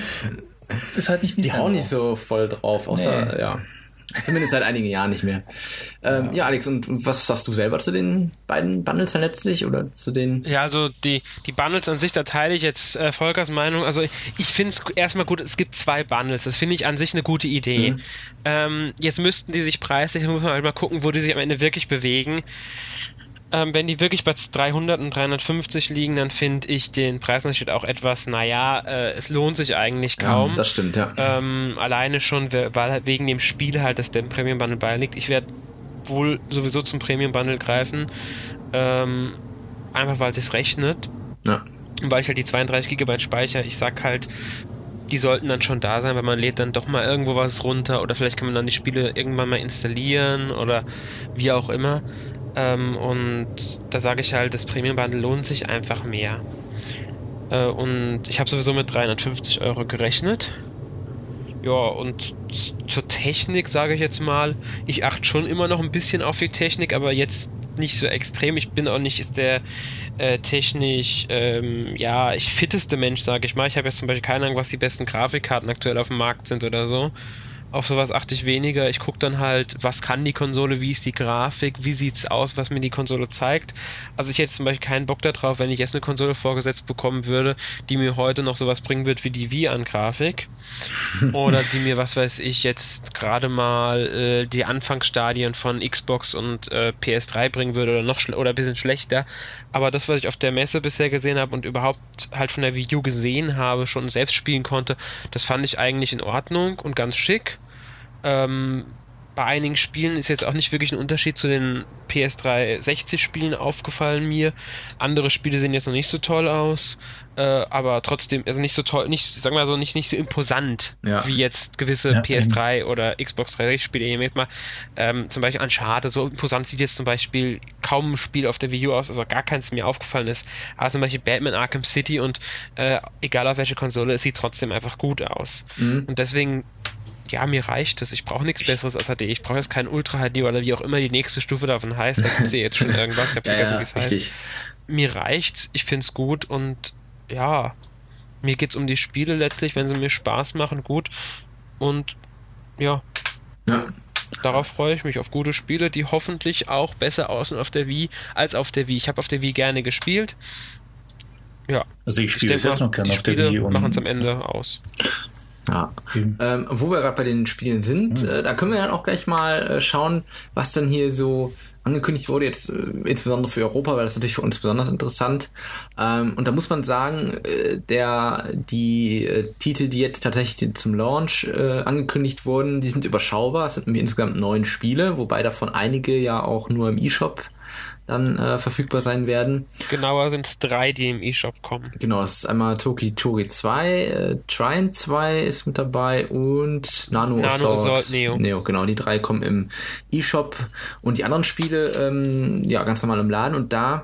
Ist halt nicht Die hauen nicht so voll drauf, außer, nee. ja. Zumindest seit einigen Jahren nicht mehr. Ähm, ja. ja, Alex, und, und was sagst du selber zu den beiden Bundles dann letztlich? Oder zu den. Ja, also die, die Bundles an sich, da teile ich jetzt äh, Volkers Meinung. Also ich, ich finde es erstmal gut, es gibt zwei Bundles. Das finde ich an sich eine gute Idee. Mhm. Ähm, jetzt müssten die sich preislich, muss man halt mal gucken, wo die sich am Ende wirklich bewegen. Ähm, wenn die wirklich bei dreihundert und dreihundertfünfzig liegen, dann finde ich den Preisunterschied auch etwas, naja, äh, es lohnt sich eigentlich kaum. Ja, das stimmt, ja. Ähm, alleine schon, weil halt wegen dem Spiel halt, dass der Premium Bundle beiliegt. Ich werde wohl sowieso zum Premium Bundle greifen, ähm, einfach weil es sich rechnet. Ja. Und weil ich halt die zweiunddreißig Gigabyte Speicher, ich sag halt, die sollten dann schon da sein, weil man lädt dann doch mal irgendwo was runter oder vielleicht kann man dann die Spiele irgendwann mal installieren oder wie auch immer. Ähm, und da sage ich halt, das Premium Bundle lohnt sich einfach mehr. Äh, und ich habe sowieso mit dreihundertfünfzig Euro gerechnet. Ja, und zur Technik sage ich jetzt mal, ich achte schon immer noch ein bisschen auf die Technik, aber jetzt nicht so extrem. Ich bin auch nicht der äh, technisch, ähm, ja, ich fitteste Mensch, sage ich mal. Ich habe jetzt zum Beispiel keine Ahnung, was die besten Grafikkarten aktuell auf dem Markt sind oder so. Auf sowas achte ich weniger. Ich gucke dann halt, was kann die Konsole, wie ist die Grafik, wie sieht's aus, was mir die Konsole zeigt. Also ich hätte zum Beispiel keinen Bock darauf, wenn ich jetzt eine Konsole vorgesetzt bekommen würde, die mir heute noch sowas bringen wird wie die Wii an Grafik. Oder die mir, was weiß ich, jetzt gerade mal äh, die Anfangsstadien von Xbox und äh, P S drei bringen würde oder noch schl- oder ein bisschen schlechter. Aber das, was ich auf der Messe bisher gesehen habe und überhaupt halt von der Wii U gesehen habe, schon selbst spielen konnte, das fand ich eigentlich in Ordnung und ganz schick. Ähm, bei einigen Spielen ist jetzt auch nicht wirklich ein Unterschied zu den P S drei sechzig Spielen aufgefallen mir. Andere Spiele sehen jetzt noch nicht so toll aus, äh, aber trotzdem, also nicht so toll, nicht, sagen wir mal so, nicht, nicht so imposant, ja. wie jetzt gewisse ja, P S drei eben. Oder Xbox dreihundertsechzig Spiele. Jetzt mal, ähm, zum Beispiel Uncharted, so imposant sieht jetzt zum Beispiel kaum ein Spiel auf der Wii U aus, also gar keins mir aufgefallen ist. Aber zum Beispiel Batman Arkham City und äh, egal auf welche Konsole, es sieht trotzdem einfach gut aus. Mhm. Und deswegen ja, mir reicht es. Ich brauche nichts Besseres als H D. Ich brauche jetzt kein Ultra H D oder wie auch immer die nächste Stufe davon heißt. Da gibt es ja jetzt schon irgendwas. Ich habe ja, vergessen, ja, wie es heißt. Richtig. Mir reicht's. Ich finde es gut und ja, mir geht's um die Spiele letztlich, wenn sie mir Spaß machen, gut. Und ja, ja. darauf freue ich mich, auf gute Spiele, die hoffentlich auch besser aussehen auf der Wii als auf der Wii. Ich habe auf der Wii gerne gespielt. Ja. Also ich spiele es jetzt noch gerne auf der Wii. Und machen es am Ende aus. Ja. Mhm. Ähm, wo wir gerade bei den Spielen sind, mhm. äh, da können wir dann auch gleich mal äh, schauen, was dann hier so angekündigt wurde, jetzt äh, insbesondere für Europa, weil das natürlich für uns besonders interessant. Ähm, und da muss man sagen, äh, der die äh, Titel, die jetzt tatsächlich zum Launch äh, angekündigt wurden, die sind überschaubar. Es sind nämlich insgesamt neun Spiele, wobei davon einige ja auch nur im eShop dann äh, verfügbar sein werden. Genauer sind es drei, die im eShop kommen. Genau, es ist einmal Toki Tori zwei, äh, Trine zwei ist mit dabei und Nano, Nano Assault, Assault Neo. Neo. Genau, die drei kommen im eShop und die anderen Spiele ähm, ja ganz normal im Laden und da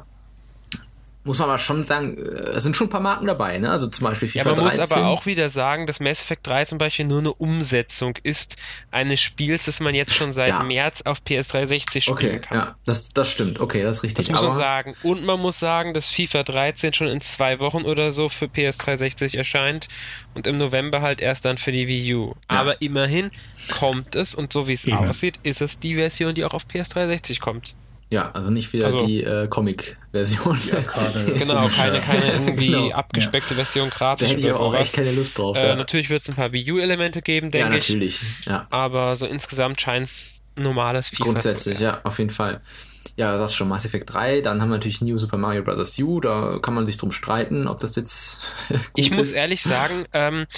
muss man aber schon sagen, es sind schon ein paar Marken dabei, ne? Also zum Beispiel FIFA dreizehn. Ja, man dreizehn. muss aber auch wieder sagen, dass Mass Effect drei zum Beispiel nur eine Umsetzung ist eines Spiels, das man jetzt schon seit ja. März auf P S dreihundertsechzig spielen okay, kann. Ja, das, das stimmt. Okay, das ist richtig. Das muss aber man sagen. Und man muss sagen, dass FIFA dreizehn schon in zwei Wochen oder so für P S dreihundertsechzig erscheint und im November halt erst dann für die Wii U. Ja. Aber immerhin kommt es und so wie es ja. aussieht, ist es die Version, die auch auf P S dreihundertsechzig kommt. Ja, also nicht wieder also, die äh, Comic-Version. Ja, gerade genau, keine, keine irgendwie genau. abgespeckte ja. Version gratis. Da hätte ich aber auch echt keine Lust drauf. Äh, ja. Natürlich wird es ein paar Wii U-Elemente geben, denke ich. ich. Ja, natürlich. Ja. Aber so insgesamt scheint es normales FIFA Grundsätzlich, ja, auf jeden Fall. Ja, du sagst schon, Mass Effect drei, dann haben wir natürlich New Super Mario Bros. U, da kann man sich drum streiten, ob das jetzt gut Ich muss ist. ehrlich sagen, ähm,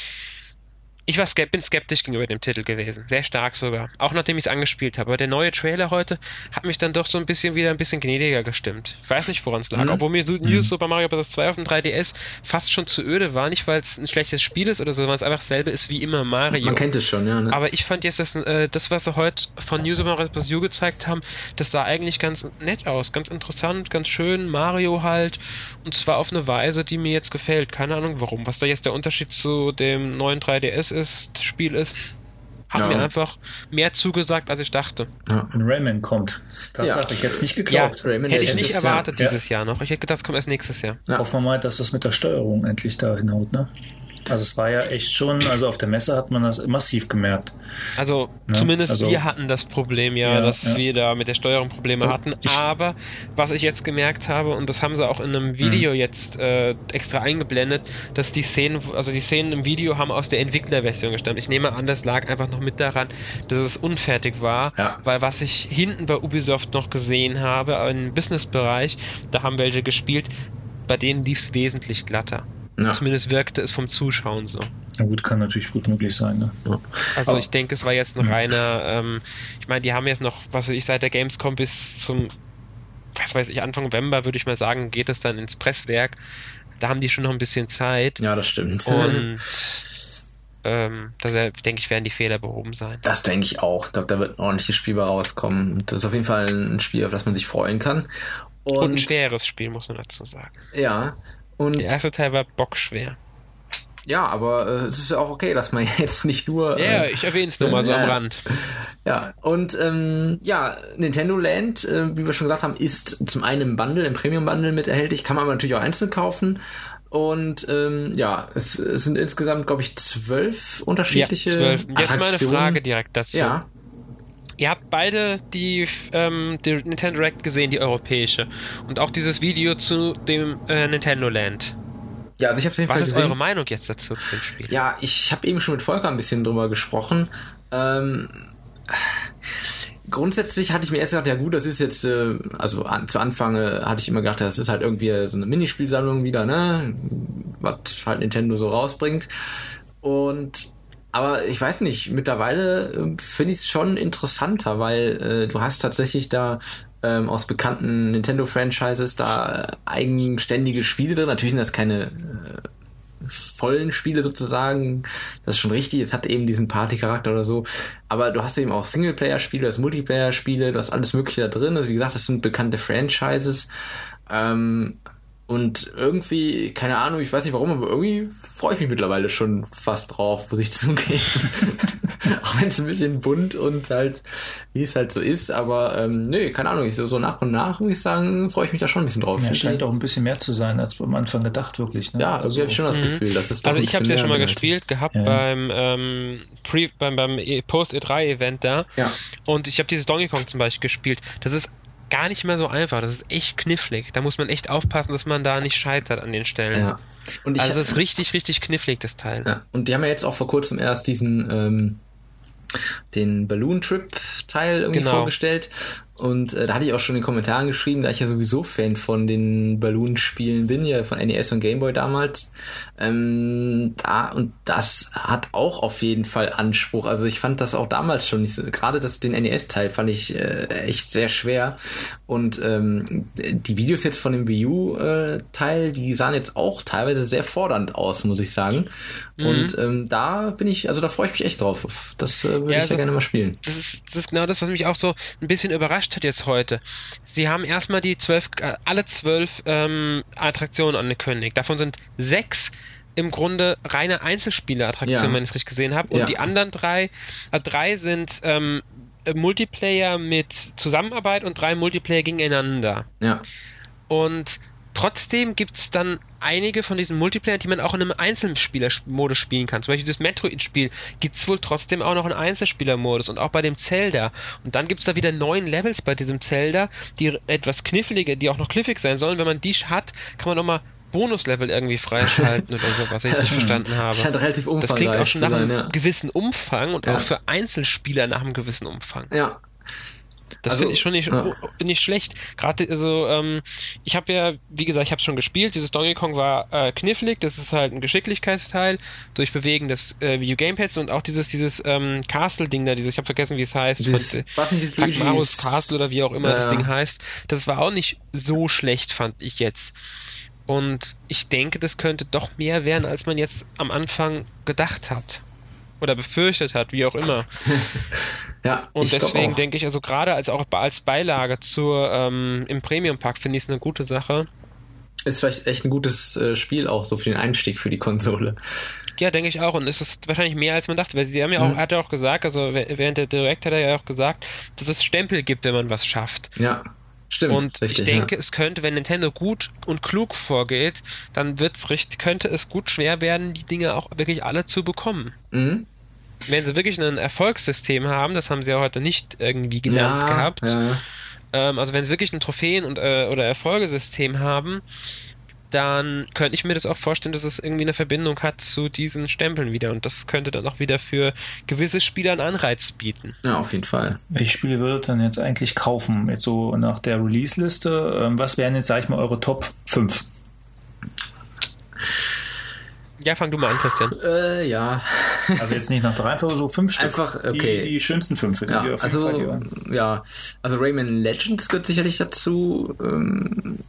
ich war skept- bin skeptisch gegenüber dem Titel gewesen. Sehr stark sogar. Auch nachdem ich es angespielt habe. Aber der neue Trailer heute hat mich dann doch so ein bisschen wieder ein bisschen gnädiger gestimmt. Ich weiß nicht, woran es lag. Mhm. Obwohl mir New mhm. Super Mario Bros. zwei auf dem drei D S fast schon zu öde war. Nicht, weil es ein schlechtes Spiel ist oder so, sondern es einfach dasselbe ist wie immer Mario. Man kennt es schon, ja. Ne? Aber ich fand jetzt, das, äh, das, was sie heute von New Super Mario Bros. U gezeigt haben, das sah eigentlich ganz nett aus. Ganz interessant, ganz schön. Mario halt. Und zwar auf eine Weise, die mir jetzt gefällt. Keine Ahnung warum. Was da jetzt der Unterschied zu dem neuen drei D S ist, ist, Spiel ist, hat ja. mir einfach mehr zugesagt, als ich dachte. Ja. Wenn Rayman kommt, das ja. habe ich jetzt nicht geglaubt. Ja, Rayman hätte ich nicht erwartet Jahr. dieses ja. Jahr noch. Ich hätte gedacht, es kommt erst nächstes Jahr. Ja. Hoffen wir mal, dass das mit der Steuerung endlich da hinhaut, ne? Also es war ja echt schon, also auf der Messe hat man das massiv gemerkt. Also ja, zumindest also, wir hatten das Problem ja, ja dass ja. wir da mit der Steuerung Probleme und hatten. ich, Aber was ich jetzt gemerkt habe, und das haben sie auch in einem Video mhm. jetzt äh, extra eingeblendet, dass die Szenen, also die Szenen im Video haben aus der Entwicklerversion gestammt. Ich nehme an, das lag einfach noch mit daran, dass es unfertig war, ja. weil was ich hinten bei Ubisoft noch gesehen habe, im Businessbereich, da haben welche gespielt, bei denen lief es wesentlich glatter. Ja. Zumindest wirkte es vom Zuschauen so. Na gut, kann natürlich gut möglich sein. Ne? Ja. Also Aber, ich denke, es war jetzt ein reiner, ähm, ich meine, die haben jetzt noch, was weiß ich, seit der Gamescom bis zum, was weiß ich, Anfang November, würde ich mal sagen, geht es dann ins Presswerk. Da haben die schon noch ein bisschen Zeit. Ja, das stimmt. Und ähm, da denke ich, werden die Fehler behoben sein. Das denke ich auch. Ich glaube, da wird ein ordentliches Spiel bei rauskommen. Und das ist auf jeden Fall ein Spiel, auf das man sich freuen kann. Und, Und ein schweres Spiel, muss man dazu sagen. Ja. Und der erste Teil war bockschwer. Ja, aber äh, es ist ja auch okay, dass man jetzt nicht nur... Ja, äh, ich erwähne es nur mal so ja, am Rand. Ja, und ähm, ja, Nintendo Land, äh, wie wir schon gesagt haben, ist zum einen im Bundle, im Premium-Bundle mit erhältlich, kann man aber natürlich auch einzeln kaufen. Und ähm, ja, es, es sind insgesamt, glaube ich, zwölf unterschiedliche ja, zwölf. Jetzt Attraktionen. Meine Frage direkt dazu. Ja. Ihr habt beide die, ähm, die Nintendo Direct gesehen, die europäische. Und auch dieses Video zu dem äh, Nintendo Land. Ja, also ich habe es auf jeden Was Fall ist gesehen. eure Meinung jetzt dazu zu dem Spiel? Ja, ich habe eben schon mit Volker ein bisschen drüber gesprochen. Ähm, grundsätzlich hatte ich mir erst gedacht, ja gut, das ist jetzt, äh, also an, zu Anfang äh, hatte ich immer gedacht, das ist halt irgendwie so eine Minispielsammlung wieder, ne? Was halt Nintendo so rausbringt. Und aber ich weiß nicht, mittlerweile äh, finde ich es schon interessanter, weil äh, du hast tatsächlich da ähm, aus bekannten Nintendo-Franchises da äh, eigenständige Spiele drin. Natürlich sind das keine äh, vollen Spiele sozusagen, das ist schon richtig, es hat eben diesen Party-Charakter oder so, aber du hast eben auch Singleplayer-Spiele, du hast Multiplayer-Spiele, du hast alles mögliche da drin, also wie gesagt, das sind bekannte Franchises, ähm, und irgendwie, keine Ahnung, ich weiß nicht warum, aber irgendwie freue ich mich mittlerweile schon fast drauf, muss ich zugeben. Auch wenn es ein bisschen bunt und halt, wie es halt so ist, aber ähm, nö, keine Ahnung, ich, so, so nach und nach, muss ich sagen, freue ich mich da schon ein bisschen drauf. Ja, scheint auch ein bisschen mehr zu sein, als am Anfang gedacht, wirklich. Ne? Ja, also ich habe schon das mhm. Gefühl, dass es doch Also ein ich habe es ja schon mal gespielt gehabt ja. beim, ähm, Pre, beim, beim Post E drei Event da ja. und ich habe dieses Donkey Kong zum Beispiel gespielt. Das ist gar nicht mehr so einfach. Das ist echt knifflig. Da muss man echt aufpassen, dass man da nicht scheitert an den Stellen. Ja. Und ich, also es ist richtig, richtig knifflig, das Teil. Ja. Und die haben ja jetzt auch vor kurzem erst diesen ähm, den Balloon Trip Teil irgendwie Genau. vorgestellt. Und äh, da hatte ich auch schon in den Kommentaren geschrieben, da ich ja sowieso Fan von den Balloon-Spielen bin, ja von N E S und Game Boy damals. Ähm, da und das hat auch auf jeden Fall Anspruch. Also ich fand das auch damals schon nicht so. Gerade das den N E S-Teil fand ich äh, echt sehr schwer. Und ähm, die Videos jetzt von dem Wii U-Teil, äh, die sahen jetzt auch teilweise sehr fordernd aus, muss ich sagen. Mhm. Und ähm, da bin ich, also da freue ich mich echt drauf. Das äh, würde Ja, ich also, sehr gerne mal spielen. Das ist, das ist genau das, was mich auch so ein bisschen überrascht hat jetzt heute. Sie haben erstmal die zwölf, äh, alle zwölf ähm, Attraktionen angekündigt. Davon sind sechs im Grunde reine Einzelspieler-Attraktionen, Ja. wenn ich es richtig gesehen habe. Und Ja. die anderen drei, äh, drei sind ähm, Multiplayer mit Zusammenarbeit und drei Multiplayer gegeneinander. Ja. Und trotzdem gibt es dann einige von diesen Multiplayer, die man auch in einem Einzelspieler-Modus spielen kann. Zum Beispiel das Metroid-Spiel gibt es wohl trotzdem auch noch einen Einzelspieler-Modus und auch bei dem Zelda. Und dann gibt es da wieder neun Levels bei diesem Zelda, die etwas knifflige, die auch noch knifflig sein sollen. Wenn man die hat, kann man nochmal Bonuslevel irgendwie freischalten oder so, was ich nicht verstanden habe. Das scheint relativ umfangreich Das klingt auch schon nach einem zu sein, ja. gewissen Umfang und Ja. auch für Einzelspieler nach einem gewissen Umfang. Ja. Das Also, finde ich schon nicht, ja. nicht schlecht. Gerade, also, ähm, ich habe ja, wie gesagt, ich habe schon gespielt. Dieses Donkey Kong war äh, knifflig. Das ist halt ein Geschicklichkeitsteil durch Bewegen des äh, Wii U Gamepads und auch dieses, dieses ähm, Castle-Ding da, dieses, ich habe vergessen, wie es heißt. Dieses, von, was nicht, dieses Tagmarus Luigi's- Castle oder wie auch immer Ja, das ja. Ding heißt. Das war auch nicht so schlecht, fand ich jetzt. Und ich denke, das könnte doch mehr werden, als man jetzt am Anfang gedacht hat. Oder befürchtet hat, wie auch immer. Ja, Und ich glaub deswegen auch. denke ich, also gerade als auch als Beilage zur ähm, im Premium-Pack finde ich es eine gute Sache. Ist vielleicht echt ein gutes äh, Spiel auch so für den Einstieg für die Konsole. Ja, denke ich auch. Und es ist wahrscheinlich mehr, als man dachte, weil sie haben ja auch, Mhm. hat er auch gesagt, also während der Direct hat er ja auch gesagt, dass es Stempel gibt, wenn man was schafft. Ja, stimmt. Und richtig, ich denke, ja. es könnte, wenn Nintendo gut und klug vorgeht, dann wird's richtig, könnte es gut schwer werden, die Dinge auch wirklich alle zu bekommen. Mhm. Wenn sie wirklich ein Erfolgssystem haben, das haben sie ja heute nicht irgendwie genannt Ja, gehabt. ja. Ähm, also wenn sie wirklich ein Trophäen- und, äh, oder Erfolgesystem haben, dann könnte ich mir das auch vorstellen, dass es irgendwie eine Verbindung hat zu diesen Stempeln wieder. Und das könnte dann auch wieder für gewisse Spieler einen Anreiz bieten. Ja, auf jeden Fall. Welche Spiele würdet ihr denn jetzt eigentlich kaufen? Jetzt so nach der Release-Liste. Ähm, was wären jetzt, sag ich mal, eure Top fünf? Ja, fang du mal an, Christian. Äh, ja. Also jetzt nicht nach der Reihenfolge, so fünf Stück. Einfach, okay. Die, die schönsten fünf. Die Ja, auf jeden also, Fall gehören. ja, also Rayman Legends gehört sicherlich dazu. Ähm,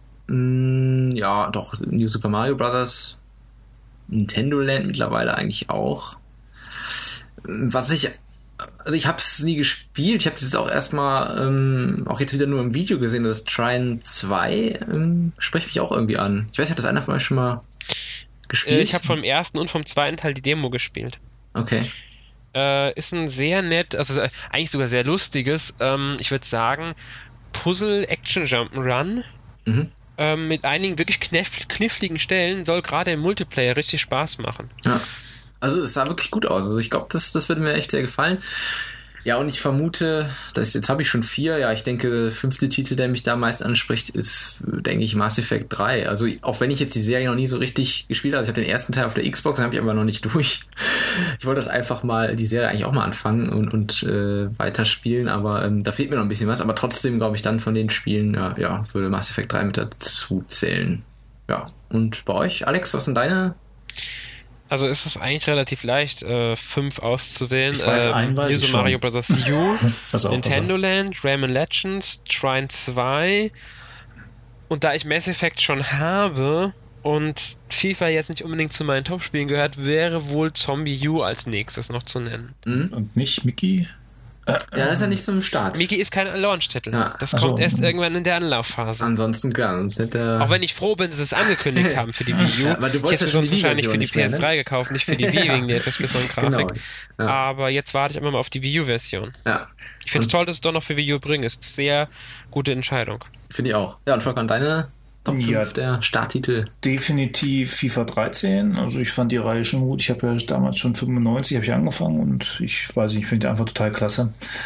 mh, ja, doch, New Super Mario Bros. Nintendo Land mittlerweile eigentlich auch. Was ich, also ich habe es nie gespielt. Ich habe das auch erstmal, ähm, auch jetzt wieder nur im Video gesehen. Das Trine zwei ähm, spricht mich auch irgendwie an. Ich weiß nicht, hat das einer von euch schon mal gespielt? Äh, ich habe vom ersten und vom zweiten Teil die Demo gespielt. Okay. Äh, ist ein sehr nett, also äh, eigentlich sogar sehr lustiges, ähm, ich würde sagen, Puzzle-Action-Jump'n'Run. Mhm. Ähm, mit einigen wirklich kniff- kniffligen Stellen, soll gerade im Multiplayer richtig Spaß machen. Ja. Also es sah wirklich gut aus. Also ich glaube, das, das würde mir echt sehr gefallen. Ja, und ich vermute, dass jetzt habe ich schon vier. Ja, ich denke, der fünfte Titel, der mich da meist anspricht, ist, denke ich, Mass Effect drei. Also auch wenn ich jetzt die Serie noch nie so richtig gespielt habe, also ich habe den ersten Teil auf der Xbox, den habe ich aber noch nicht durch. Ich wollte das einfach mal, die Serie eigentlich auch mal anfangen und, und äh, weiterspielen, aber ähm, da fehlt mir noch ein bisschen was. Aber trotzdem, glaube ich, dann von den Spielen, ja, ja, würde Mass Effect drei mit dazu zählen. Ja, und bei euch, Alex, was sind deine? Also ist es eigentlich relativ leicht, äh, fünf auszuwählen. Ich weiß, ähm, einen weiß New ich Super Mario schon. Bros. U, Das auch, Nintendo Land, Rayman Legends, Trine zwei. Und da ich Mass Effect schon habe und FIFA jetzt nicht unbedingt zu meinen Top-Spielen gehört, wäre wohl Zombie U als nächstes noch zu nennen. Hm? Und nicht Mickey? Äh, Ja, ist ja nicht zum Start. Miki ist kein Launch-Titel. Ja. Das Ach so. kommt erst irgendwann in der Anlaufphase. Ansonsten, klar, sonst hätte... Auch wenn ich froh bin, dass sie es angekündigt haben für die Wii U. Ja, aber du Ich wolltest hätte ja schon sonst die wahrscheinlich für Wii-Version die nicht mehr, P S drei ne? gekauft, nicht für die Wii Ja. wegen der etwas besseren Grafik. Genau. Ja. Aber jetzt warte ich immer mal auf die Wii U-Version. Ja, Ich finde es Und- toll, dass es doch noch für Wii U bringen. Ist sehr gute Entscheidung. finde ich auch. Ja, und Volkan, deine Top fünf Ja. der Starttitel? Definitiv FIFA dreizehn. Also ich fand die Reihe schon gut. Ich habe ja damals schon fünfundneunzig habe ich angefangen und ich weiß nicht, ich finde die einfach total klasse.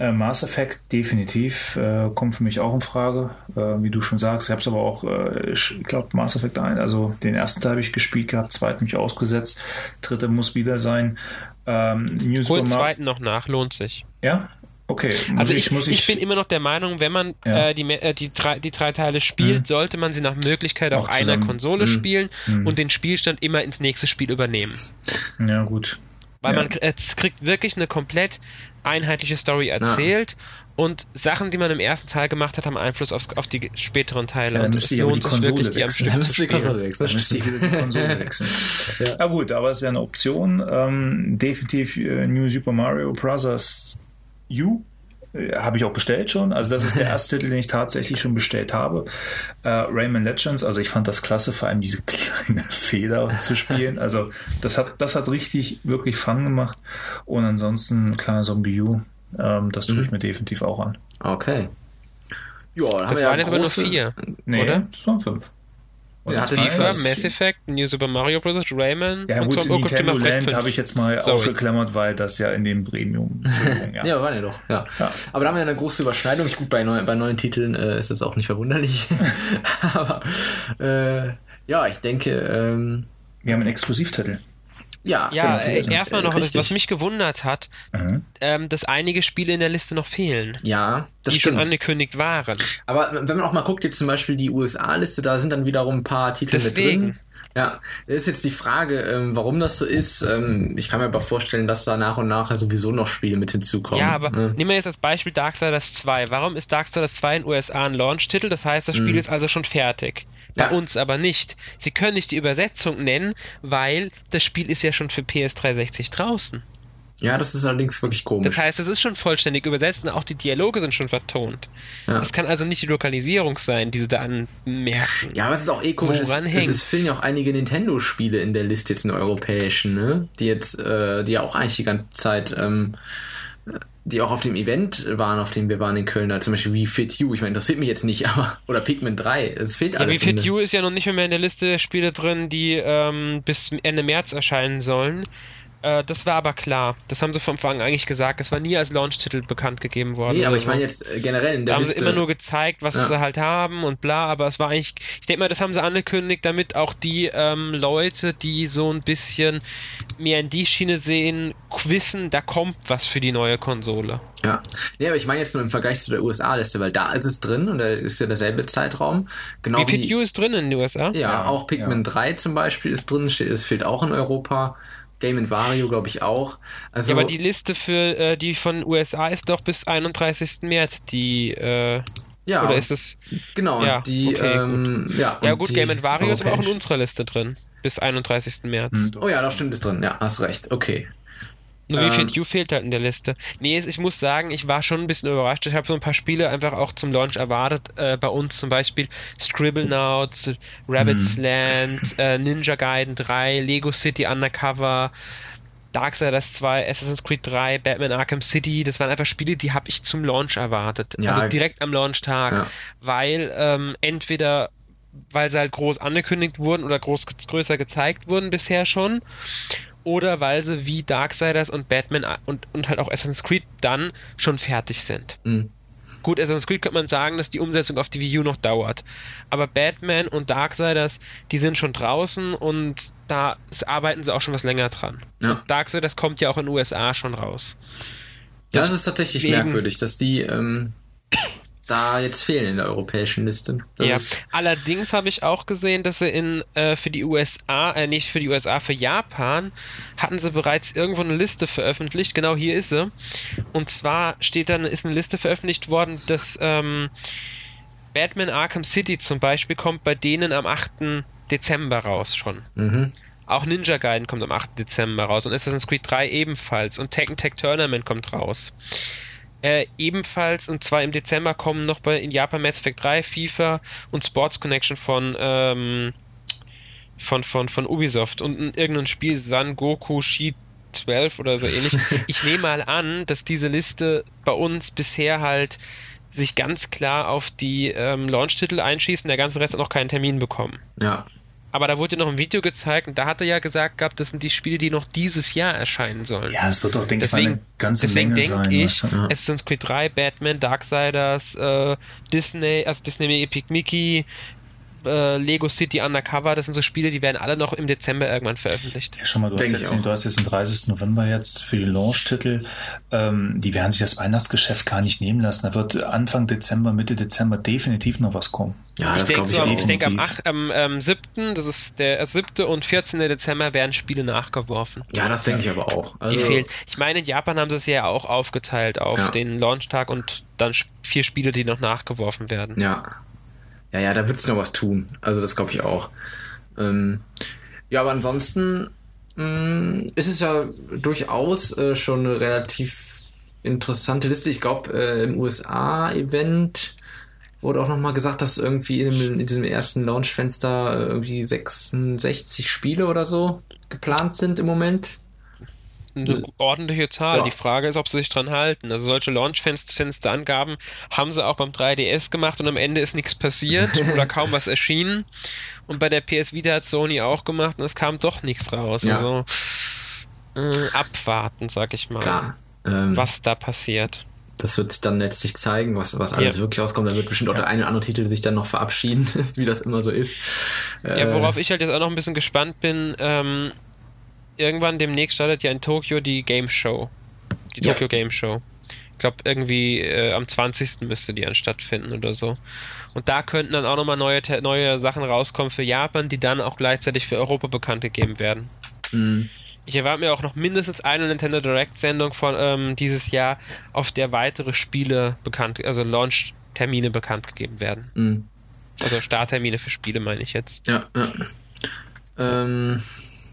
Äh, Mass Effect definitiv äh, kommt für mich auch in Frage, äh, wie du schon sagst. Ich habe es aber auch, äh, ich glaube Mass Effect eins, also den ersten Teil habe ich gespielt gehabt, zweiten mich ausgesetzt, dritte muss wieder sein. Ähm, Hol den zweiten noch nach, lohnt sich. Ja? Okay. Muss also ich, ich, muss ich, ich bin immer noch der Meinung, wenn man ja. äh, die, äh, die, drei, die drei Teile spielt, mhm. sollte man sie nach Möglichkeit auf einer Konsole mhm. spielen mhm. und den Spielstand immer ins nächste Spiel übernehmen. Ja, gut. Weil ja. man es kriegt wirklich eine komplett einheitliche Story erzählt ja. und Sachen, die man im ersten Teil gemacht hat, haben Einfluss auf, auf die späteren Teile. Ja, dann und müsste ich aber die Konsole wirklich, wechseln. Die dann müsste die Konsole wechseln. Dann müsste ich wieder die Konsole wechseln. ja. ja gut, aber es wäre eine Option. Ähm, definitiv äh, New Super Mario Bros. U. Habe ich auch bestellt schon. Also das ist der erste Titel, den ich tatsächlich schon bestellt habe. Äh, Rayman Legends, also ich fand das klasse, vor allem diese kleine Feder zu spielen. Also das hat, das hat richtig, wirklich Fun gemacht. Und ansonsten kleiner Zombie U, ähm, das tue mhm. ich mir definitiv auch an. Okay. Ja, dann das haben wir waren ja jetzt große... aber nur vier, nee, oder? Das waren fünf. Ja, FIFA, Mass Effect, New Super Mario Bros., Rayman ja, und gut, so. Nintendo Land habe ich jetzt mal Sorry. ausgeklammert, weil das ja in dem Premium... ja, ja waren ja doch. Ja. Ja. Aber da haben wir ja eine große Überschneidung. Gut, bei, neu, bei neuen Titeln äh, ist das auch nicht verwunderlich. Aber äh, ja, ich denke... Ähm, wir haben einen Exklusivtitel. Ja, ja äh, erstmal noch, richtig. Was mich gewundert hat, mhm. ähm, dass einige Spiele in der Liste noch fehlen. Ja, das die stimmt. schon angekündigt waren. Aber wenn man auch mal guckt, jetzt zum Beispiel die U S A-Liste, da sind dann wiederum ein paar Titel Deswegen. mit drin. Ja, das ist jetzt die Frage, ähm, warum das so ist. Ähm, ich kann mir aber vorstellen, dass da nach und nach sowieso noch Spiele mit hinzukommen. Ja, aber ne? Nehmen wir jetzt als Beispiel Darksiders zwei. Warum ist Darksiders zwei in den U S A ein Launch-Titel? Das heißt, das Spiel mhm. ist also schon fertig. Bei ja. uns aber nicht. Sie können nicht die Übersetzung nennen, weil das Spiel ist ja schon für P S dreihundertsechzig draußen. Ja, das ist allerdings wirklich komisch. Das heißt, es ist schon vollständig übersetzt und auch die Dialoge sind schon vertont. Ja. Es kann also nicht die Lokalisierung sein, die sie da anmerken. Ja, aber es ist auch eh komisch. Woran es, hängt's? es fehlen ja auch einige Nintendo-Spiele in der Liste jetzt in der europäischen, ne? Die jetzt, äh, die ja auch eigentlich die ganze Zeit, ähm, die auch auf dem Event waren, auf dem wir waren in Köln, da zum Beispiel wie Fit You, ich meine, interessiert mich jetzt nicht, aber, oder Pikmin drei, es fehlt ja, alles. Wie Fit You ist ja noch nicht mehr in der Liste der Spiele drin, die ähm, bis Ende März erscheinen sollen. Äh, das war aber klar. Das haben sie vom Anfang eigentlich gesagt. Das war nie als Launch-Titel bekannt gegeben worden. Nee, aber ich so. meine jetzt äh, generell in der da Liste. Da haben sie immer nur gezeigt, was ja. sie halt haben und bla, aber es war eigentlich, ich denke mal, das haben sie angekündigt, damit auch die ähm, Leute, die so ein bisschen mehr in die Schiene sehen, wissen, da kommt was für die neue Konsole. Ja, nee, aber ich meine jetzt nur im Vergleich zu der U S A-Liste, weil da ist es drin und da ist ja derselbe Zeitraum. Genau wie Fit You ist drin in den U S A? Ja, ja auch Pikmin ja. drei zum Beispiel ist drin, es fehlt auch in Europa. Game and Wario, glaube ich, auch. Also, ja, aber die Liste für äh, die von U S A ist doch bis einunddreißigsten März, die äh, ja, oder ist es? Genau, ja, die okay, ähm, gut. ja, ja gut, Game and Wario ist aber auch in unserer Liste drin, bis einunddreißigsten März. Oh ja, da stimmt es drin, ja, hast recht, okay. Nur wie Fit You fehlt halt in der Liste. Nee, ich muss sagen, ich war schon ein bisschen überrascht. Ich habe so ein paar Spiele einfach auch zum Launch erwartet. Äh, bei uns zum Beispiel Scribblenauts, Rabbids mhm. Land, äh, Ninja Gaiden drei, Lego City Undercover, Darksiders zwei, Assassin's Creed drei, Batman Arkham City. Das waren einfach Spiele, die habe ich zum Launch erwartet. Ja, also direkt am Launchtag. Ja. Weil ähm, entweder weil sie halt groß angekündigt wurden oder groß, größer gezeigt wurden bisher schon, oder weil sie wie Darksiders und Batman und, und halt auch Assassin's Creed dann schon fertig sind. Mhm. Gut, Assassin's Creed könnte man sagen, dass die Umsetzung auf die Wii U noch dauert. Aber Batman und Darksiders, die sind schon draußen und da arbeiten sie auch schon was länger dran. Ja. Darksiders kommt ja auch in den U S A schon raus. Ja, das ist tatsächlich Deswegen, merkwürdig, dass die ähm, da jetzt fehlen in der europäischen Liste. Das ja, ist allerdings habe ich auch gesehen, dass sie in äh, für die U S A, äh, nicht für die U S A, für Japan, hatten sie bereits irgendwo eine Liste veröffentlicht. Genau, hier ist sie. Und zwar steht dann, ist eine Liste veröffentlicht worden, dass ähm, Batman Arkham City zum Beispiel kommt bei denen am achten Dezember raus schon. Mhm. Auch Ninja Gaiden kommt am achten Dezember raus und Assassin's Creed drei ebenfalls und Tekken Tag Tournament kommt raus. Äh, ebenfalls, und zwar im Dezember kommen noch bei in Japan Mass Effect drei, FIFA und Sports Connection von ähm, von, von, von Ubisoft und ein, irgendein Spiel, San Goku Shi zwölf oder so ähnlich. Ich nehme mal an, dass diese Liste bei uns bisher halt sich ganz klar auf die ähm, Launch-Titel einschießt und der ganze Rest hat noch keinen Termin bekommen. Ja. Aber da wurde ja noch ein Video gezeigt und da hat er ja gesagt gehabt, das sind die Spiele, die noch dieses Jahr erscheinen sollen. Ja, es wird auch, denke ich, mal Deswegen, eine ganze deswegen Menge denke sein. ich, weißt du? Ja. Assassin's Creed drei, Batman, Darksiders, äh, Disney, also Disney Epic Mickey, äh, Lego City Undercover, das sind so Spiele, die werden alle noch im Dezember irgendwann veröffentlicht. Ja, schau mal, du hast, Denke ich jetzt, auch. du hast jetzt den dreißigsten November jetzt für die Launch-Titel. Ähm, die werden sich das Weihnachtsgeschäft gar nicht nehmen lassen. Da wird Anfang Dezember, Mitte Dezember definitiv noch was kommen. Ja, ich das denke glaube ich so, auch. ich denke am, definitiv. acht- am ähm, siebten, das ist der äh, siebte und vierzehnten Dezember werden Spiele nachgeworfen. Ja, das denke ich aber auch. Also, Die fehlen. Ich meine, in Japan haben sie es ja auch aufgeteilt auf Ja. den Launchtag und dann sp- vier Spiele, die noch nachgeworfen werden. Ja. Ja, ja, da wird sich noch was tun. Also das glaube ich auch. Ähm, ja, aber ansonsten mh, ist es ja durchaus äh, schon eine relativ interessante Liste. Ich glaube, äh, im U S A-Event wurde auch nochmal gesagt, dass irgendwie in, dem, in diesem ersten Launchfenster äh, irgendwie sechsundsechzig Spiele oder so geplant sind im Moment. Eine ordentliche Zahl. Ja. Die Frage ist, ob sie sich dran halten. Also solche Launch-Fenster-Angaben haben sie auch beim drei D S gemacht und am Ende ist nichts passiert oder kaum was erschienen. Und bei der P S Vita hat Sony auch gemacht und es kam doch nichts raus. Ja. Also äh, abwarten, sag ich mal, Klar. Ähm, was da passiert. Das wird sich dann letztlich zeigen, was, was alles Ja. wirklich rauskommt. Da wird bestimmt auch Ja. der eine oder andere Titel sich dann noch verabschieden, wie das immer so ist. Ja, Äh, worauf ich halt jetzt auch noch ein bisschen gespannt bin, ähm, irgendwann demnächst startet ja in Tokio die Game Show. Die Ja. Tokyo Game Show. Ich glaube, irgendwie äh, am zwanzigsten müsste die dann stattfinden oder so. Und da könnten dann auch nochmal neue, Te- neue Sachen rauskommen für Japan, die dann auch gleichzeitig für Europa bekannt gegeben werden. mh, Ich erwarte mir auch noch mindestens eine Nintendo Direct-Sendung von ähm, dieses Jahr, auf der weitere Spiele bekannt, also Launch-Termine bekannt gegeben werden. mh. Also Starttermine für Spiele, meine ich jetzt. Ja, ja. Ähm,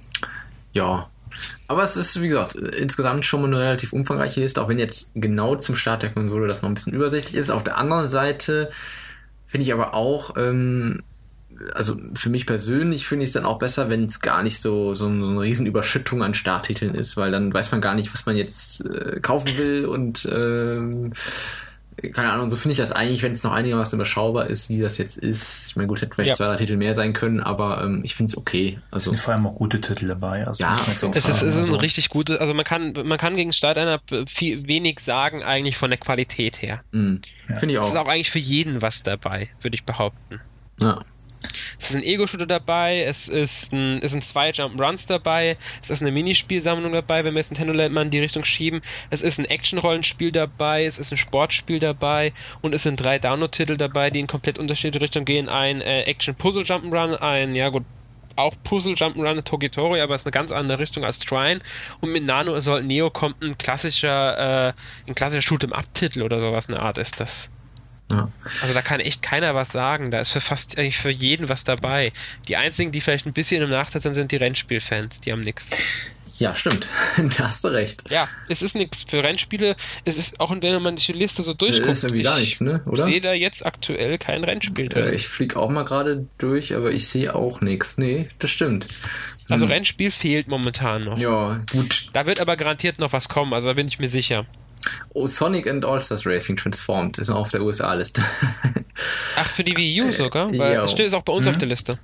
ja. Aber es ist, wie gesagt, insgesamt schon mal eine relativ umfangreiche Liste, auch wenn jetzt genau zum Start der Konsole das noch ein bisschen übersichtlich ist. Auf der anderen Seite finde ich aber auch, ähm, also für mich persönlich finde ich es dann auch besser, wenn es gar nicht so, so, so eine Riesenüberschüttung an Starttiteln ist, weil dann weiß man gar nicht, was man jetzt äh, kaufen will und ähm, keine Ahnung, so finde ich das eigentlich, wenn es noch einigermaßen überschaubar ist, wie das jetzt ist. Ich meine, gut, hätte vielleicht Ja. zwei, drei Titel mehr sein können, aber ähm, ich finde es okay. Es Also sind vor allem auch gute Titel dabei. Also Ja, muss man jetzt auch Es ist, sagen. es ist also, ein richtig gutes, also man kann, man kann gegen Start einer viel wenig sagen, eigentlich von der Qualität her. mh, Ja. finde ich Es ist auch. auch eigentlich für jeden was dabei, würde ich behaupten. Ja. Es ist ein Ego-Shooter dabei, es ist ein, es sind zwei Jump'n'Runs dabei, es ist eine Minispielsammlung dabei, wenn wir jetzt Nintendo Land mal in die Richtung schieben, es ist ein Action-Rollenspiel dabei, es ist ein Sportspiel dabei und es sind drei Download-Titel dabei, die in komplett unterschiedliche Richtungen gehen. Ein äh, Action-Puzzle-Jump'n'Run, ein, ja gut, auch Puzzle-Jump'n'Run Togitori, aber es ist eine ganz andere Richtung als Trine. Und mit Nano Assault Neo kommt ein klassischer, äh, ein klassischer Shoot'em-Up-Titel oder sowas in der Art ist das. Ja. Also da kann echt keiner was sagen. Da ist für fast eigentlich für jeden was dabei. Die einzigen, die vielleicht ein bisschen im Nachteil sind, sind die Rennspielfans. Die haben nichts. ja, stimmt. Da hast du recht. Ja, es ist nichts für Rennspiele. Es ist auch, wenn man sich die Liste so durchguckt. Ist irgendwie gar nichts, ne? Oder? Ich sehe da jetzt aktuell kein Rennspiel drin. Äh, ich fliege auch mal gerade durch, aber ich sehe auch nichts. Nee, das stimmt. also Hm. Rennspiel fehlt momentan noch. Ja, gut. Da wird aber garantiert noch was kommen. Also da bin ich mir sicher. Oh, Sonic and All-Stars Racing Transformed ist noch auf der U S A-Liste. Ach, für die Wii U Äh, sogar? Weil jo. es steht auch bei uns Mhm. auf der Liste.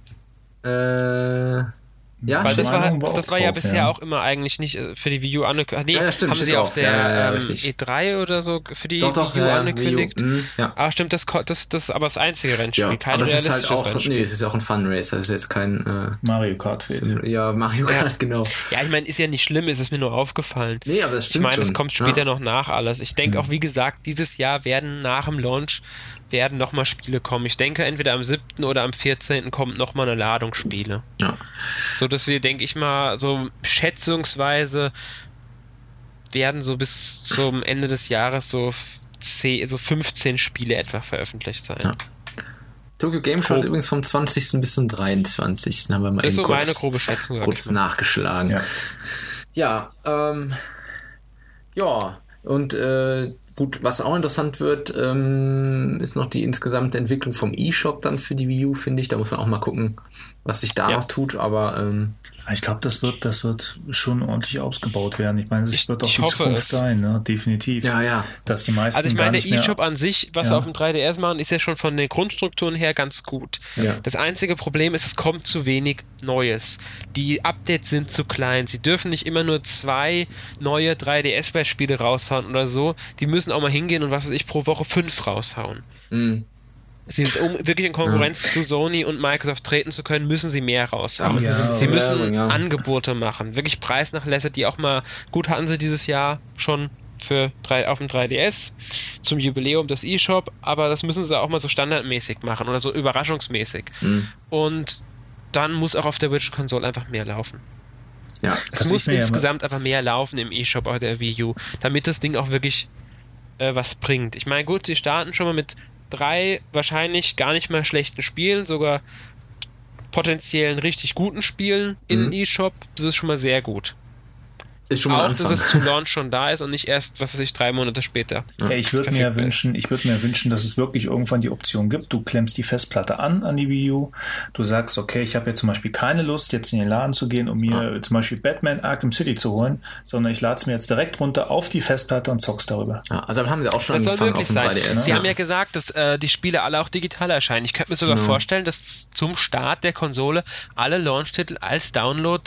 äh, ja, Weil das Meinung war, war auch das war ja drauf, bisher ja. auch immer eigentlich nicht äh, für die Wii U angekündigt. Nee, Ja, ja, stimmt, haben steht sie auf drauf. der Ja, ja, ähm, richtig. E drei oder so für die doch, doch, Wii U ja, ja, angekündigt. Wii U. Mhm, ja. Ah, stimmt, das, ko- das, das ist aber das einzige Rennspiel, Ja, kein aber es ist halt realistisches auch, Rennspiel. nee, es ist auch ein Fun Race, das ist jetzt kein, Mario Kart äh, fehlt. ja, Mario Ja. Kart, genau. Ja, ich meine, ist ja nicht schlimm, ist es mir nur aufgefallen. Nee, aber das Ich stimmt meine, schon. es kommt später ja. noch nach alles. Ich denke Mhm. auch, wie gesagt, dieses Jahr werden nach dem Launch werden nochmal Spiele kommen. Ich denke, entweder am siebten oder am vierzehnten kommt nochmal eine Ladung Spiele. Ja. So dass wir, denke ich mal, so schätzungsweise werden so bis zum Ende des Jahres so, zehn, so fünfzehn Spiele etwa veröffentlicht sein. Ja. Tokyo Game Show ist Grob. übrigens vom zwanzigsten bis zum dreiundzwanzigsten haben wir mal Das ist eben so kurz, meine grobe Schätzung. sag kurz ich mal. nachgeschlagen. Ja. Ja, ähm, ja, und äh, gut, was auch interessant wird, ähm, ist noch die insgesamte Entwicklung vom eShop dann für die Wii U, finde ich. Da muss man auch mal gucken, was sich da Ja. noch tut, aber ähm, Ich glaube, das wird, das wird schon ordentlich ausgebaut werden. Ich meine, es Ich- wird auch ich die hoffe Zukunft es. sein, ne? Definitiv. ja, ja. Dass die meisten Also ich gar meine, nicht der mehr... E-Shop an sich, was Ja. sie auf dem drei D S machen, ist ja schon von den Grundstrukturen her ganz gut. Ja. Das einzige Problem ist, es kommt zu wenig Neues. Die Updates sind zu klein. Sie dürfen nicht immer nur zwei neue drei D S-Spiele raushauen oder so. Die müssen auch mal hingehen und was weiß ich, pro Woche fünf raushauen. Mhm. Sie sind, um wirklich in Konkurrenz zu Sony und Microsoft treten zu können, müssen sie mehr raushauen. Aber Ja, es ist ein Sie bisschen müssen Werbung, ja. Angebote machen. Wirklich Preisnachlässe, die auch mal, gut hatten sie dieses Jahr schon für drei, auf dem drei D S zum Jubiläum des eShop, aber das müssen sie auch mal so standardmäßig machen oder so überraschungsmäßig. Mhm. Und dann muss auch auf der Virtual Console einfach mehr laufen. Ja. Es Was muss ich mir ja insgesamt einfach mehr laufen im eShop oder der Wii U, damit das Ding auch wirklich äh, was bringt. Ich meine, gut, sie starten schon mal mit drei wahrscheinlich gar nicht mal schlechten Spielen, sogar potenziellen richtig guten Spielen in Mhm. eShop. Das ist schon mal sehr gut. Ist schon mal Auch, ein Anfang. dass es zum Launch schon da ist und nicht erst, was weiß ich, drei Monate später. Ja. Ey, ich würde mir ja verfügbar wünschen, ich würde mir wünschen, dass es wirklich irgendwann die Option gibt. Du klemmst die Festplatte an an die Wii U. Du sagst, okay, ich habe jetzt zum Beispiel keine Lust, jetzt in den Laden zu gehen, um mir zum Beispiel Batman Arkham City zu holen, sondern ich lade es mir jetzt direkt runter auf die Festplatte und zock's darüber. Ja, also dann haben sie auch schon Das soll angefangen möglich auf dem sein. drei D S. Sie haben ja gesagt, dass äh, die Spiele alle auch digital erscheinen. Ich könnte mir sogar Genau. vorstellen, dass zum Start der Konsole alle Launch-Titel als Download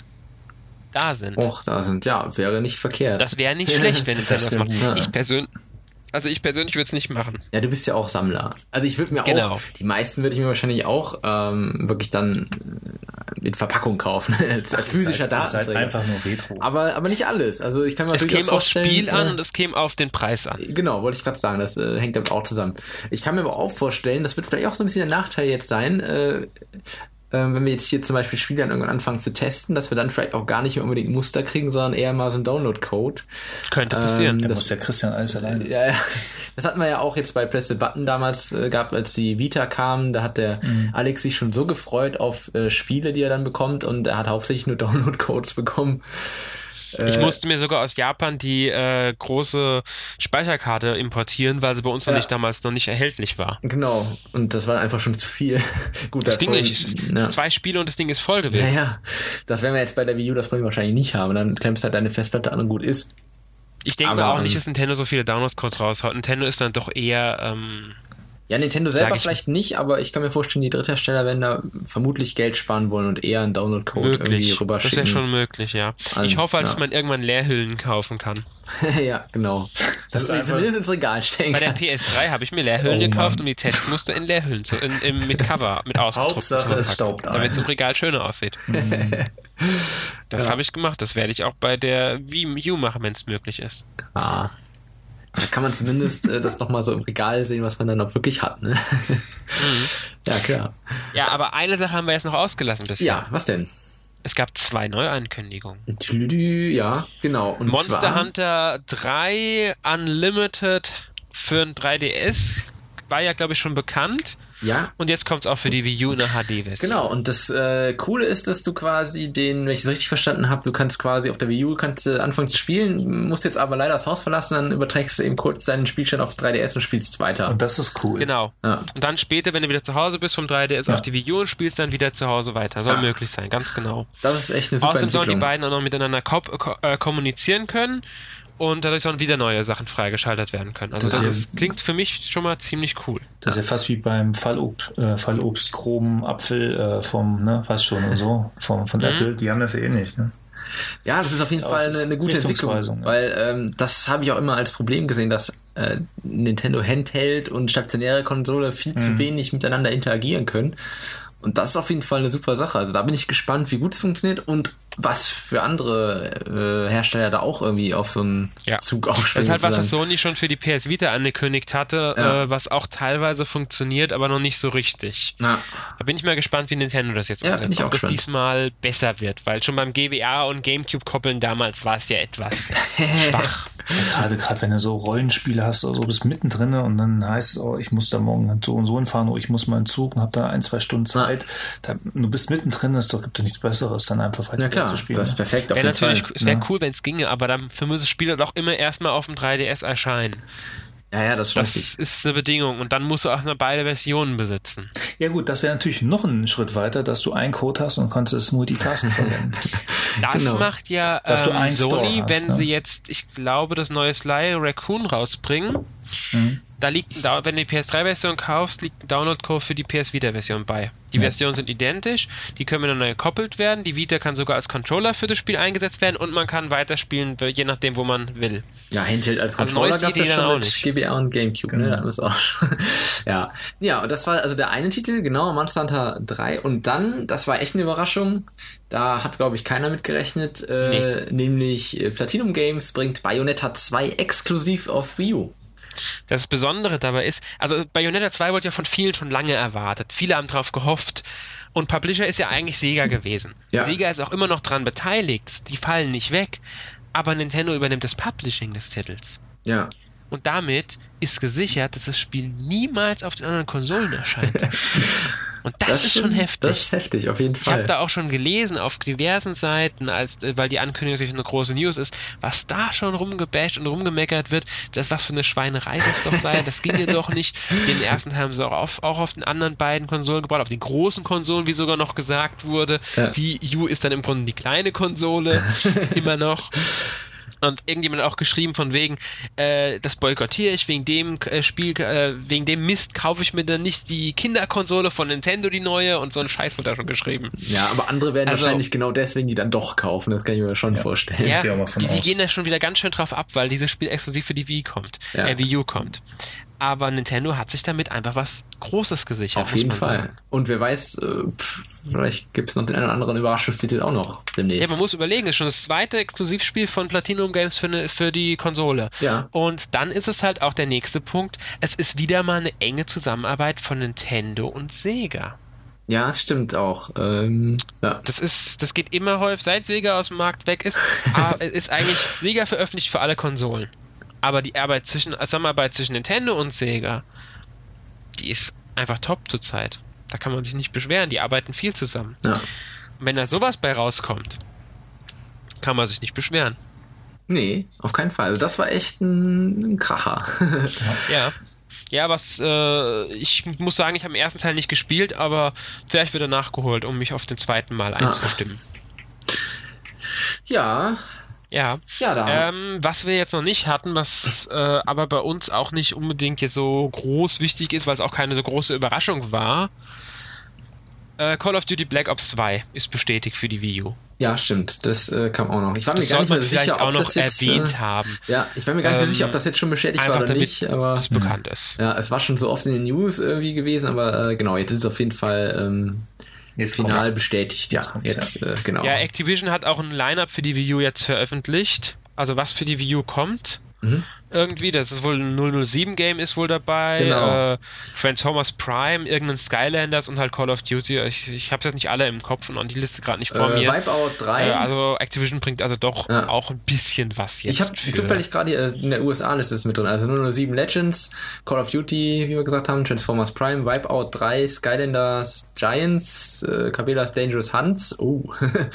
da sind. Och, da sind, ja, wäre nicht verkehrt. Das wäre nicht schlecht, wenn Nintendo das wär macht. gut, ja. Ich persönlich, also ich persönlich würde es nicht machen. Ja, du bist ja auch Sammler. Also ich würde mir Genau. auch, die meisten würde ich mir wahrscheinlich auch ähm, wirklich dann äh, in Verpackung kaufen, als, als physischer Ihr seid Datenträger. einfach nur Retro. Aber, aber nicht alles. Also ich kann mir Es durchaus käme aufs vorstellen... Spiel an äh, und es käme auf den Preis an. Genau, wollte ich gerade sagen, das äh, hängt damit auch zusammen. Ich kann mir aber auch vorstellen, das wird vielleicht auch so ein bisschen der Nachteil jetzt sein, äh, äh, wenn wir jetzt hier zum Beispiel Spiele dann irgendwann anfangen zu testen, dass wir dann vielleicht auch gar nicht mehr unbedingt Muster kriegen, sondern eher mal so einen Download-Code. Könnte passieren. Ähm, Da das- muss der Christian alles alleine. Ja, ja. Das hatten wir ja auch jetzt bei Press the Button damals äh, gehabt, als die Vita kam. Da hat der Mhm. Alex sich schon so gefreut auf äh, Spiele, die er dann bekommt, und er hat hauptsächlich nur Download-Codes bekommen. Ich Äh, musste mir sogar aus Japan die äh, große Speicherkarte importieren, weil sie bei uns noch Ja. nicht damals noch nicht erhältlich war. Genau, und das war dann einfach schon zu viel. Gut, Das das Ding wollen- nicht. ja. Zwei Spiele und das Ding ist voll Ja, gewesen. ja. Das werden wir jetzt bei der Wii U, das wollen wir wahrscheinlich nicht haben. Dann klemmst halt deine Festplatte an und gut ist. Ich denke Aber, mal auch ähm, nicht, dass Nintendo so viele Download-Codes raushaut. Nintendo ist dann doch eher ähm, Ja, Nintendo selber Sag ich- vielleicht nicht, aber ich kann mir vorstellen, die Dritthersteller werden da vermutlich Geld sparen wollen und eher einen Download-Code irgendwie möglich. Das rüberschicken. wäre schon möglich, ja. Also, Ich hoffe halt, ja. dass man irgendwann Leerhüllen kaufen kann. Ja, genau. Das Das ist einfach- zumindest ins Regal stellen Bei der kann. P S drei habe ich mir Leerhüllen Oh, gekauft, Mann. um die Testmuster in Leerhüllen zu, in, in, mit Cover, mit ausgedruckt Hauptsache, zu es verpacken, staubt ein. damit es im Regal schöner aussieht. Das Ja. habe ich gemacht. Das werde ich auch bei der Wii U machen, wenn es möglich ist. Ah. Da kann man zumindest äh, das nochmal so im Regal sehen, was man dann auch wirklich hat. Ne? Ja, klar. Ja, aber eine Sache haben wir jetzt noch ausgelassen bisher. Ja, was denn? Es gab zwei Neuankündigungen. Tüdelü, ja, genau. Und Monster zwar, Hunter drei Unlimited für ein drei D S war ja, glaube ich, schon bekannt. Ja, Und jetzt kommt es auch für die Wii U in der H D-Version. genau. Und das äh, Coole ist, dass du quasi den, wenn ich es richtig verstanden habe, du kannst quasi auf der Wii U kannst du anfangen zu spielen, musst jetzt aber leider das Haus verlassen, dann überträgst du eben kurz deinen Spielstand aufs drei D S und spielst weiter. Und das ist cool. Genau. Ja. Und dann später, wenn du wieder zu Hause bist vom drei D S Ja. auf die Wii U und spielst dann wieder zu Hause weiter. Soll Ja. möglich sein, ganz genau. Das ist echt eine super Außerdem sollen die Entwicklung. beiden auch noch miteinander ko ko äh, kommunizieren können und dadurch sollen wieder neue Sachen freigeschaltet werden können. Also Das das, ist ist, klingt für mich schon mal ziemlich cool. Das ist ja fast wie beim Fallobst, äh, Fallobst Chrom, Apfel äh, vom, ne, was schon und so, vom, von Mhm. Apple. Die haben das ja eh nicht, ne? Ja, das ist auf jeden Aber Fall es ist eine, eine gute Entwicklung, Richtungsweisung, ja. weil ähm, das habe ich auch immer als Problem gesehen, dass äh, Nintendo Handheld und stationäre Konsole viel zu Mhm. wenig miteinander interagieren können. Und das ist auf jeden Fall eine super Sache. Also da bin ich gespannt, wie gut es funktioniert und was für andere äh, Hersteller da auch irgendwie auf so einen Ja. Zug Das aufspringen. ist halt was, was sozusagen. Sony schon für die P S Vita angekündigt hatte, Ja. äh, was auch teilweise funktioniert, aber noch nicht so richtig. Na, Da bin ich mal gespannt, wie Nintendo das jetzt Ja, umsetzt. bin ich auch Ob das gespannt. diesmal besser wird, weil schon beim G B A und Gamecube-Koppeln damals war es ja etwas schwach. Gerade, gerade wenn du so Rollenspiele hast, also du bist mittendrin und dann heißt es, oh, ich muss da morgen so und so hinfahren, oder ich muss mal in den Zug und hab da ein, zwei Stunden Zeit. Da, du bist mittendrin, es doch- gibt doch nichts Besseres, dann einfach weiter na klar, zu spielen. das ist ne? perfekt auf Wäre jeden Fall. natürlich, es wäre ja. cool, wenn es ginge, aber dafür müssen Spiele doch immer erstmal auf dem drei D S erscheinen. Ja, ja, das ist schon Das richtig. ist eine Bedingung. Und dann musst du auch noch beide Versionen besitzen. Ja gut, das wäre natürlich noch ein Schritt weiter, dass du einen Code hast und kannst das Multitasken verwenden. Das Genau. macht ja Dass du ähm, einen Store Sony, hast, wenn ne? sie jetzt, ich glaube, das neue Sly Raccoon rausbringen. Mhm. Da liegt ein Down- wenn du die P S drei Version kaufst, liegt ein Download-Code für die P S Vita-Version bei. Die Ja. Versionen sind identisch, die können miteinander gekoppelt werden. Die Vita kann sogar als Controller für das Spiel eingesetzt werden und man kann weiterspielen, je nachdem, wo man will. Ja, Handheld als Also Controller neues gab es Idee ja dann schon auch mit nicht. G B A und Gamecube, Genau. ne? Da haben wir es auch schon. ja. Ja, und das war also der eine Titel, genau, Monster Hunter drei. Und dann, das war echt eine Überraschung, da hat, glaube ich, keiner mit gerechnet, äh, nämlich äh, Platinum Games bringt Bayonetta zwei exklusiv auf Wii U. Das Besondere dabei ist, also Bayonetta zwei wurde ja von vielen schon lange erwartet. Viele haben drauf gehofft. Und Publisher ist ja eigentlich Sega gewesen. Ja. Sega ist auch immer noch dran beteiligt. Die fallen nicht weg. Aber Nintendo übernimmt das Publishing des Titels. Ja. Und damit ist gesichert, dass das Spiel niemals auf den anderen Konsolen erscheint. Und das, ist schon heftig. Das ist heftig, auf jeden Ich Fall. habe da auch schon gelesen auf diversen Seiten, als, weil die Ankündigung natürlich eine große News ist, was da schon rumgebasht und rumgemeckert wird, das was für eine Schweinerei das doch sei, das ginge doch nicht. Den ersten Teil haben sie auch auf, auch auf den anderen beiden Konsolen gebaut, auf den großen Konsolen, wie sogar noch gesagt wurde. Ja. Wii U ist dann im Grunde die kleine Konsole, immer noch. Und irgendjemand hat auch geschrieben von wegen, äh, das boykottiere ich, wegen dem äh, Spiel, äh, wegen dem Mist kaufe ich mir dann nicht die Kinderkonsole von Nintendo, die neue, und so ein Scheiß wird da schon geschrieben. Ja, aber andere werden Also- wahrscheinlich genau deswegen die dann doch kaufen, das kann ich mir schon Ja. vorstellen. Ja, gehe auch mal von die, die aus. gehen da schon wieder ganz schön drauf ab, weil dieses Spiel exklusiv für die Wii kommt, Ja. äh, Wii U kommt. Aber Nintendo hat sich damit einfach was Großes gesichert. Auf muss jeden man Fall. sagen. Und wer weiß, äh, pff, vielleicht gibt es noch den einen oder anderen Überraschungstitel auch noch demnächst. Ja, man muss überlegen, das ist schon das zweite Exklusivspiel von Platinum Games für, ne, für die Konsole. Ja. Und dann ist es halt auch der nächste Punkt, es ist wieder mal eine enge Zusammenarbeit von Nintendo und Sega. Ja, es stimmt auch. Ähm, ja. Das ist, das geht immer häufig, seit Sega aus dem Markt weg ist, aber es ist eigentlich, Sega veröffentlicht für alle Konsolen. Aber die Arbeit zwischen, Zusammenarbeit zwischen Nintendo und Sega, die ist einfach top zurzeit. Da kann man sich nicht beschweren, die arbeiten viel zusammen. ja. Und wenn da sowas bei rauskommt, kann man sich nicht beschweren. Nee, auf keinen Fall. Also das war echt ein, ein Kracher. Ja. Ja, was, äh, ich muss sagen, ich habe den ersten Teil nicht gespielt, aber vielleicht wird er nachgeholt, um mich auf den zweiten Mal einzustimmen. ja, Ja. ja, da. Ähm, was wir jetzt noch nicht hatten, was äh, aber bei uns auch nicht unbedingt jetzt so groß wichtig ist, weil es auch keine so große Überraschung war. Äh, Call of Duty Black Ops zwei ist bestätigt für die Wii U. Ja, stimmt. Das äh, kam auch noch. Ich war mir Das gar nicht sollte mehr man vielleicht sicher, auch ob noch das jetzt, erwähnt äh, haben, Ja, ich war mir gar nicht mehr Ähm, sicher, ob das jetzt schon bestätigt war einfach oder damit nicht, aber das bekannt ist. ja, es war schon so oft in den News irgendwie gewesen, aber äh, genau, jetzt ist es auf jeden Fall ähm, Jetzt final kommt's. bestätigt. Ja, Jetzt kommt's, jetzt, äh, genau. Ja, Activision hat auch ein Line-Up für die Wii U jetzt veröffentlicht. Also was für die Wii U kommt. Mhm. Irgendwie, das ist wohl ein null null sieben Game ist wohl dabei. Genau. Äh, Transformers Prime, irgendein Skylanders und halt Call of Duty. Ich, ich habe jetzt nicht alle im Kopf und an die Liste gerade nicht vor Äh, mir. Wipeout drei. Äh, also Activision bringt also doch Ja. auch ein bisschen was jetzt. Ich habe für- zufällig gerade hier in der U S A-Liste ist mit drin. Also null null sieben Legends, Call of Duty, wie wir gesagt haben, Transformers Prime, Wipeout drei, Skylanders Giants, äh, Cabela's Dangerous Hunts, oh,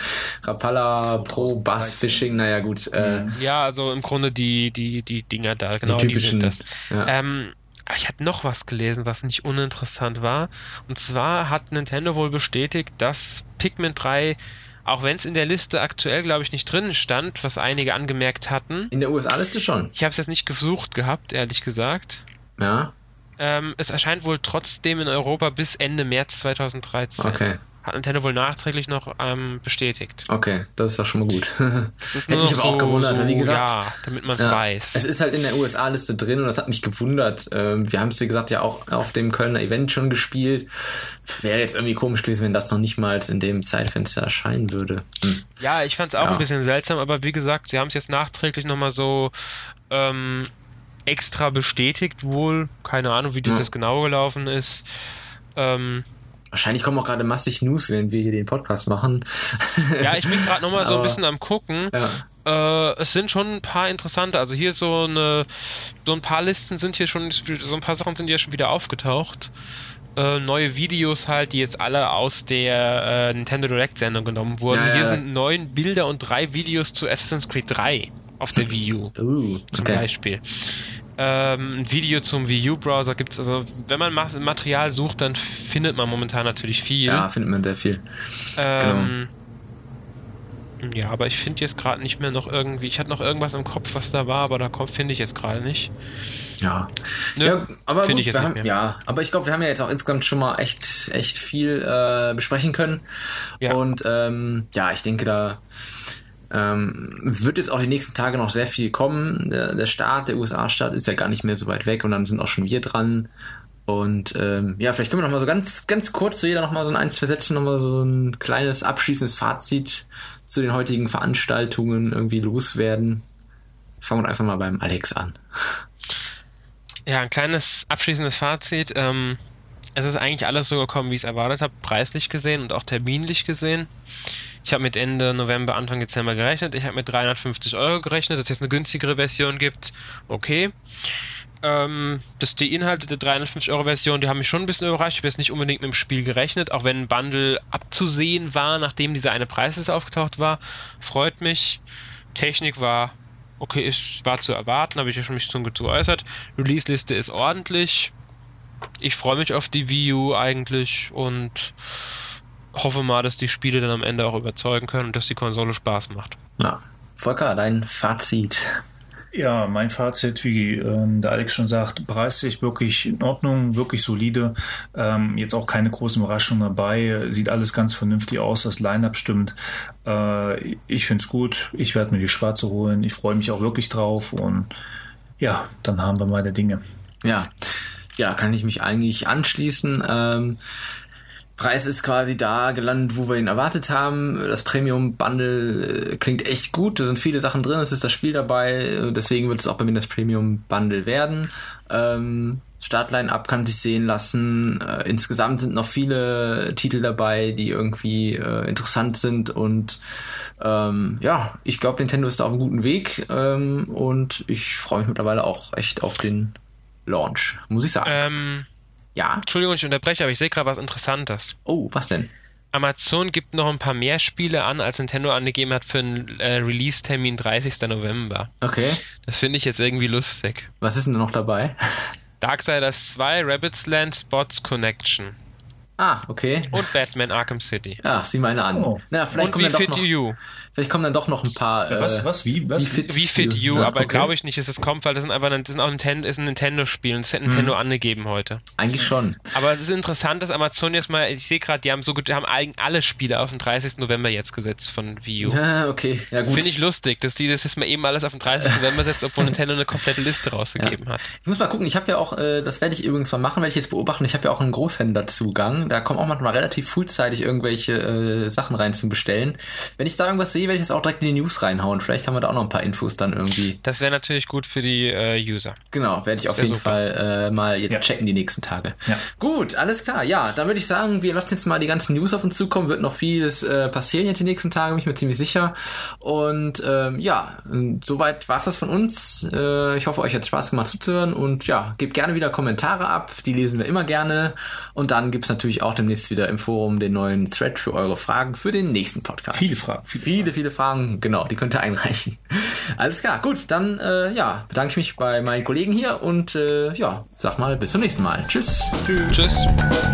Rapala Pro Bass Fishing, naja gut. Äh, Ja, also im Grunde die, die, die Dinger da, genau die die, typischen. sind das. Ja. Ähm, ich hatte noch was gelesen, was nicht uninteressant war. Und zwar hat Nintendo wohl bestätigt, dass Pikmin drei, auch wenn es in der Liste aktuell, glaube ich, nicht drin stand, was einige angemerkt hatten. In der U S A-Liste schon. Ich habe es jetzt nicht gesucht gehabt, ehrlich gesagt. Ja, Ähm, es erscheint wohl trotzdem in Europa bis Ende März zweitausenddreizehn. okay. Hat Nintendo wohl nachträglich noch ähm, bestätigt. Okay, das ist doch schon mal gut. Das ist Hätte mich noch aber auch gewundert, weil wie gesagt, ja, damit man es ja, weiß. es ist halt in der U S A-Liste drin und das hat mich gewundert. Ähm, wir haben es, wie gesagt, ja auch auf dem Kölner Event schon gespielt. Wäre jetzt irgendwie komisch gewesen, wenn das noch nicht mal in dem Zeitfenster erscheinen würde. Hm. Ja, ich fand es auch Ja. ein bisschen seltsam, aber wie gesagt, sie haben es jetzt nachträglich nochmal so ähm, extra bestätigt wohl. Keine Ahnung, wie das Ja. jetzt genau gelaufen ist. Ähm, Wahrscheinlich kommen auch gerade massig News, wenn wir hier den Podcast machen. ja, ich bin gerade nochmal so ein Aber- bisschen am gucken. Ja. Äh, es sind schon ein paar interessante, also hier so eine, so ein paar Listen sind hier schon, so ein paar Sachen sind ja schon wieder aufgetaucht. Äh, neue Videos halt, die jetzt alle aus der äh, Nintendo Direct Sendung genommen wurden. Ja, ja, hier ja. sind neun Bilder und drei Videos zu Assassin's Creed drei auf der Wii U. Uh, Zum okay. Beispiel. Ähm, ein Video zum Wii U-Browser gibt es, also wenn man Material sucht, dann findet man momentan natürlich viel. Ja, findet man sehr viel. Ähm, genau. Ja, aber ich finde jetzt gerade nicht mehr noch irgendwie, ich hatte noch irgendwas im Kopf, was da war, aber da finde ich jetzt gerade nicht. Ja, Nö, ja aber gut, ich jetzt wir nicht haben, mehr. ja, aber ich glaube, wir haben ja jetzt auch insgesamt schon mal echt, echt viel äh, besprechen können. Ja. Und ähm, ja, ich denke, da ähm, wird jetzt auch die nächsten Tage noch sehr viel kommen. Der, der Start, der U S A-Start ist ja gar nicht mehr so weit weg und dann sind auch schon wir dran. Und ähm, ja, vielleicht können wir noch mal so ganz, ganz kurz zu jeder noch mal so in ein, zwei Sätzen noch mal so ein kleines abschließendes Fazit zu den heutigen Veranstaltungen irgendwie loswerden. Fangen wir einfach mal beim Alex an. Ja, ein kleines abschließendes Fazit. Ähm, es ist eigentlich alles so gekommen, wie ich es erwartet habe, preislich gesehen und auch terminlich gesehen. Ich habe mit Ende November, Anfang Dezember gerechnet. Ich habe mit dreihundertfünfzig Euro gerechnet, dass es jetzt eine günstigere Version gibt. Okay. Ähm, das, die Inhalte der dreihundertfünfzig Euro Version, die haben mich schon ein bisschen überrascht. Ich habe jetzt nicht unbedingt mit dem Spiel gerechnet, auch wenn ein Bundle abzusehen war, nachdem dieser eine Preisliste aufgetaucht war. Freut mich. Technik war okay, es war zu erwarten, habe ich ja schon mich schon geäußert. Release-Liste ist ordentlich. Ich freue mich auf die Wii U eigentlich und hoffe mal, dass die Spiele dann am Ende auch überzeugen können und dass die Konsole Spaß macht. Ja, Volker, dein Fazit. Ja, mein Fazit, wie ähm, der Alex schon sagt, preislich wirklich in Ordnung, wirklich solide. Ähm, jetzt auch keine großen Überraschungen dabei. Sieht alles ganz vernünftig aus, das Line-Up stimmt. Äh, ich finde es gut. Ich werde mir die schwarze holen. Ich freue mich auch wirklich drauf. Und ja, dann haben wir meine Dinge. Ja, ja, kann ich mich eigentlich anschließen. Ähm, Preis ist quasi da gelandet, wo wir ihn erwartet haben. Das Premium-Bundle klingt echt gut. Da sind viele Sachen drin. Es ist das Spiel dabei. Deswegen wird es auch bei mir das Premium-Bundle werden. Ähm, Startline-Up kann sich sehen lassen. Äh, insgesamt sind noch viele Titel dabei, die irgendwie äh, interessant sind. Und ähm, ja, ich glaube, Nintendo ist da auf einem guten Weg. Ähm, und ich freue mich mittlerweile auch echt auf den Launch, muss ich sagen. Ähm... Ja. Entschuldigung, ich unterbreche, aber ich sehe gerade was Interessantes. Oh, was denn? Amazon gibt noch ein paar mehr Spiele an, als Nintendo angegeben hat für einen äh, Release-Termin dreißigsten November. Okay. Das finde ich jetzt irgendwie lustig. Was ist denn da noch dabei? Darksiders zwei, Rabbids Land, Spots Connection. Ah, okay. Und Batman Arkham City. Ja, sieh mal eine an. Oh. Na, vielleicht und kommen Wie dann doch Fit noch, You. Vielleicht kommen dann doch noch ein paar. Ja, was, äh, was, wie, was? Wie Fit, Wie Fit You, ja, aber okay. glaube ich nicht, dass es kommt, weil das sind einfach das sind auch Nintendo, ist ein Nintendo-Spiel und das hat Nintendo hm. angegeben heute. Eigentlich schon. Aber es ist interessant, dass Amazon jetzt mal, ich sehe gerade, die haben so gut, die haben eigentlich alle Spiele auf den dreißigsten November jetzt gesetzt von Wii U. Ja, okay, ja gut. Finde ich lustig, dass die das jetzt mal eben alles auf den dreißigsten November setzt, obwohl Nintendo eine komplette Liste rausgegeben ja. hat. Ich muss mal gucken, ich habe ja auch, äh, das werde ich übrigens mal machen, werde ich jetzt beobachten, ich habe ja auch einen Großhändlerzugang, da kommen auch manchmal relativ frühzeitig irgendwelche äh, Sachen rein zum Bestellen. Wenn ich da irgendwas sehe, werde ich das auch direkt in die News reinhauen. Vielleicht haben wir da auch noch ein paar Infos dann irgendwie. Das wäre natürlich gut für die äh, User. Genau, werde ich das auf jeden super. Fall äh, mal jetzt ja. checken die nächsten Tage. Ja. Gut, alles klar. Ja, dann würde ich sagen, wir lassen jetzt mal die ganzen News auf uns zukommen. Wird noch vieles äh, passieren jetzt die nächsten Tage, bin ich mir ziemlich sicher. Und ähm, ja, soweit war es das von uns. Äh, ich hoffe, euch hat Spaß gemacht zuzuhören. Und ja, gebt gerne wieder Kommentare ab. Die lesen wir immer gerne. Und dann gibt es natürlich auch demnächst wieder im Forum den neuen Thread für eure Fragen für den nächsten Podcast. Viele Fragen. Viele, viele, viele Fragen. Genau, die könnt ihr einreichen. Alles klar, gut. Dann äh, ja, bedanke ich mich bei meinen Kollegen hier und äh, ja, sag mal bis zum nächsten Mal. Tschüss. Tschüss. Tschüss.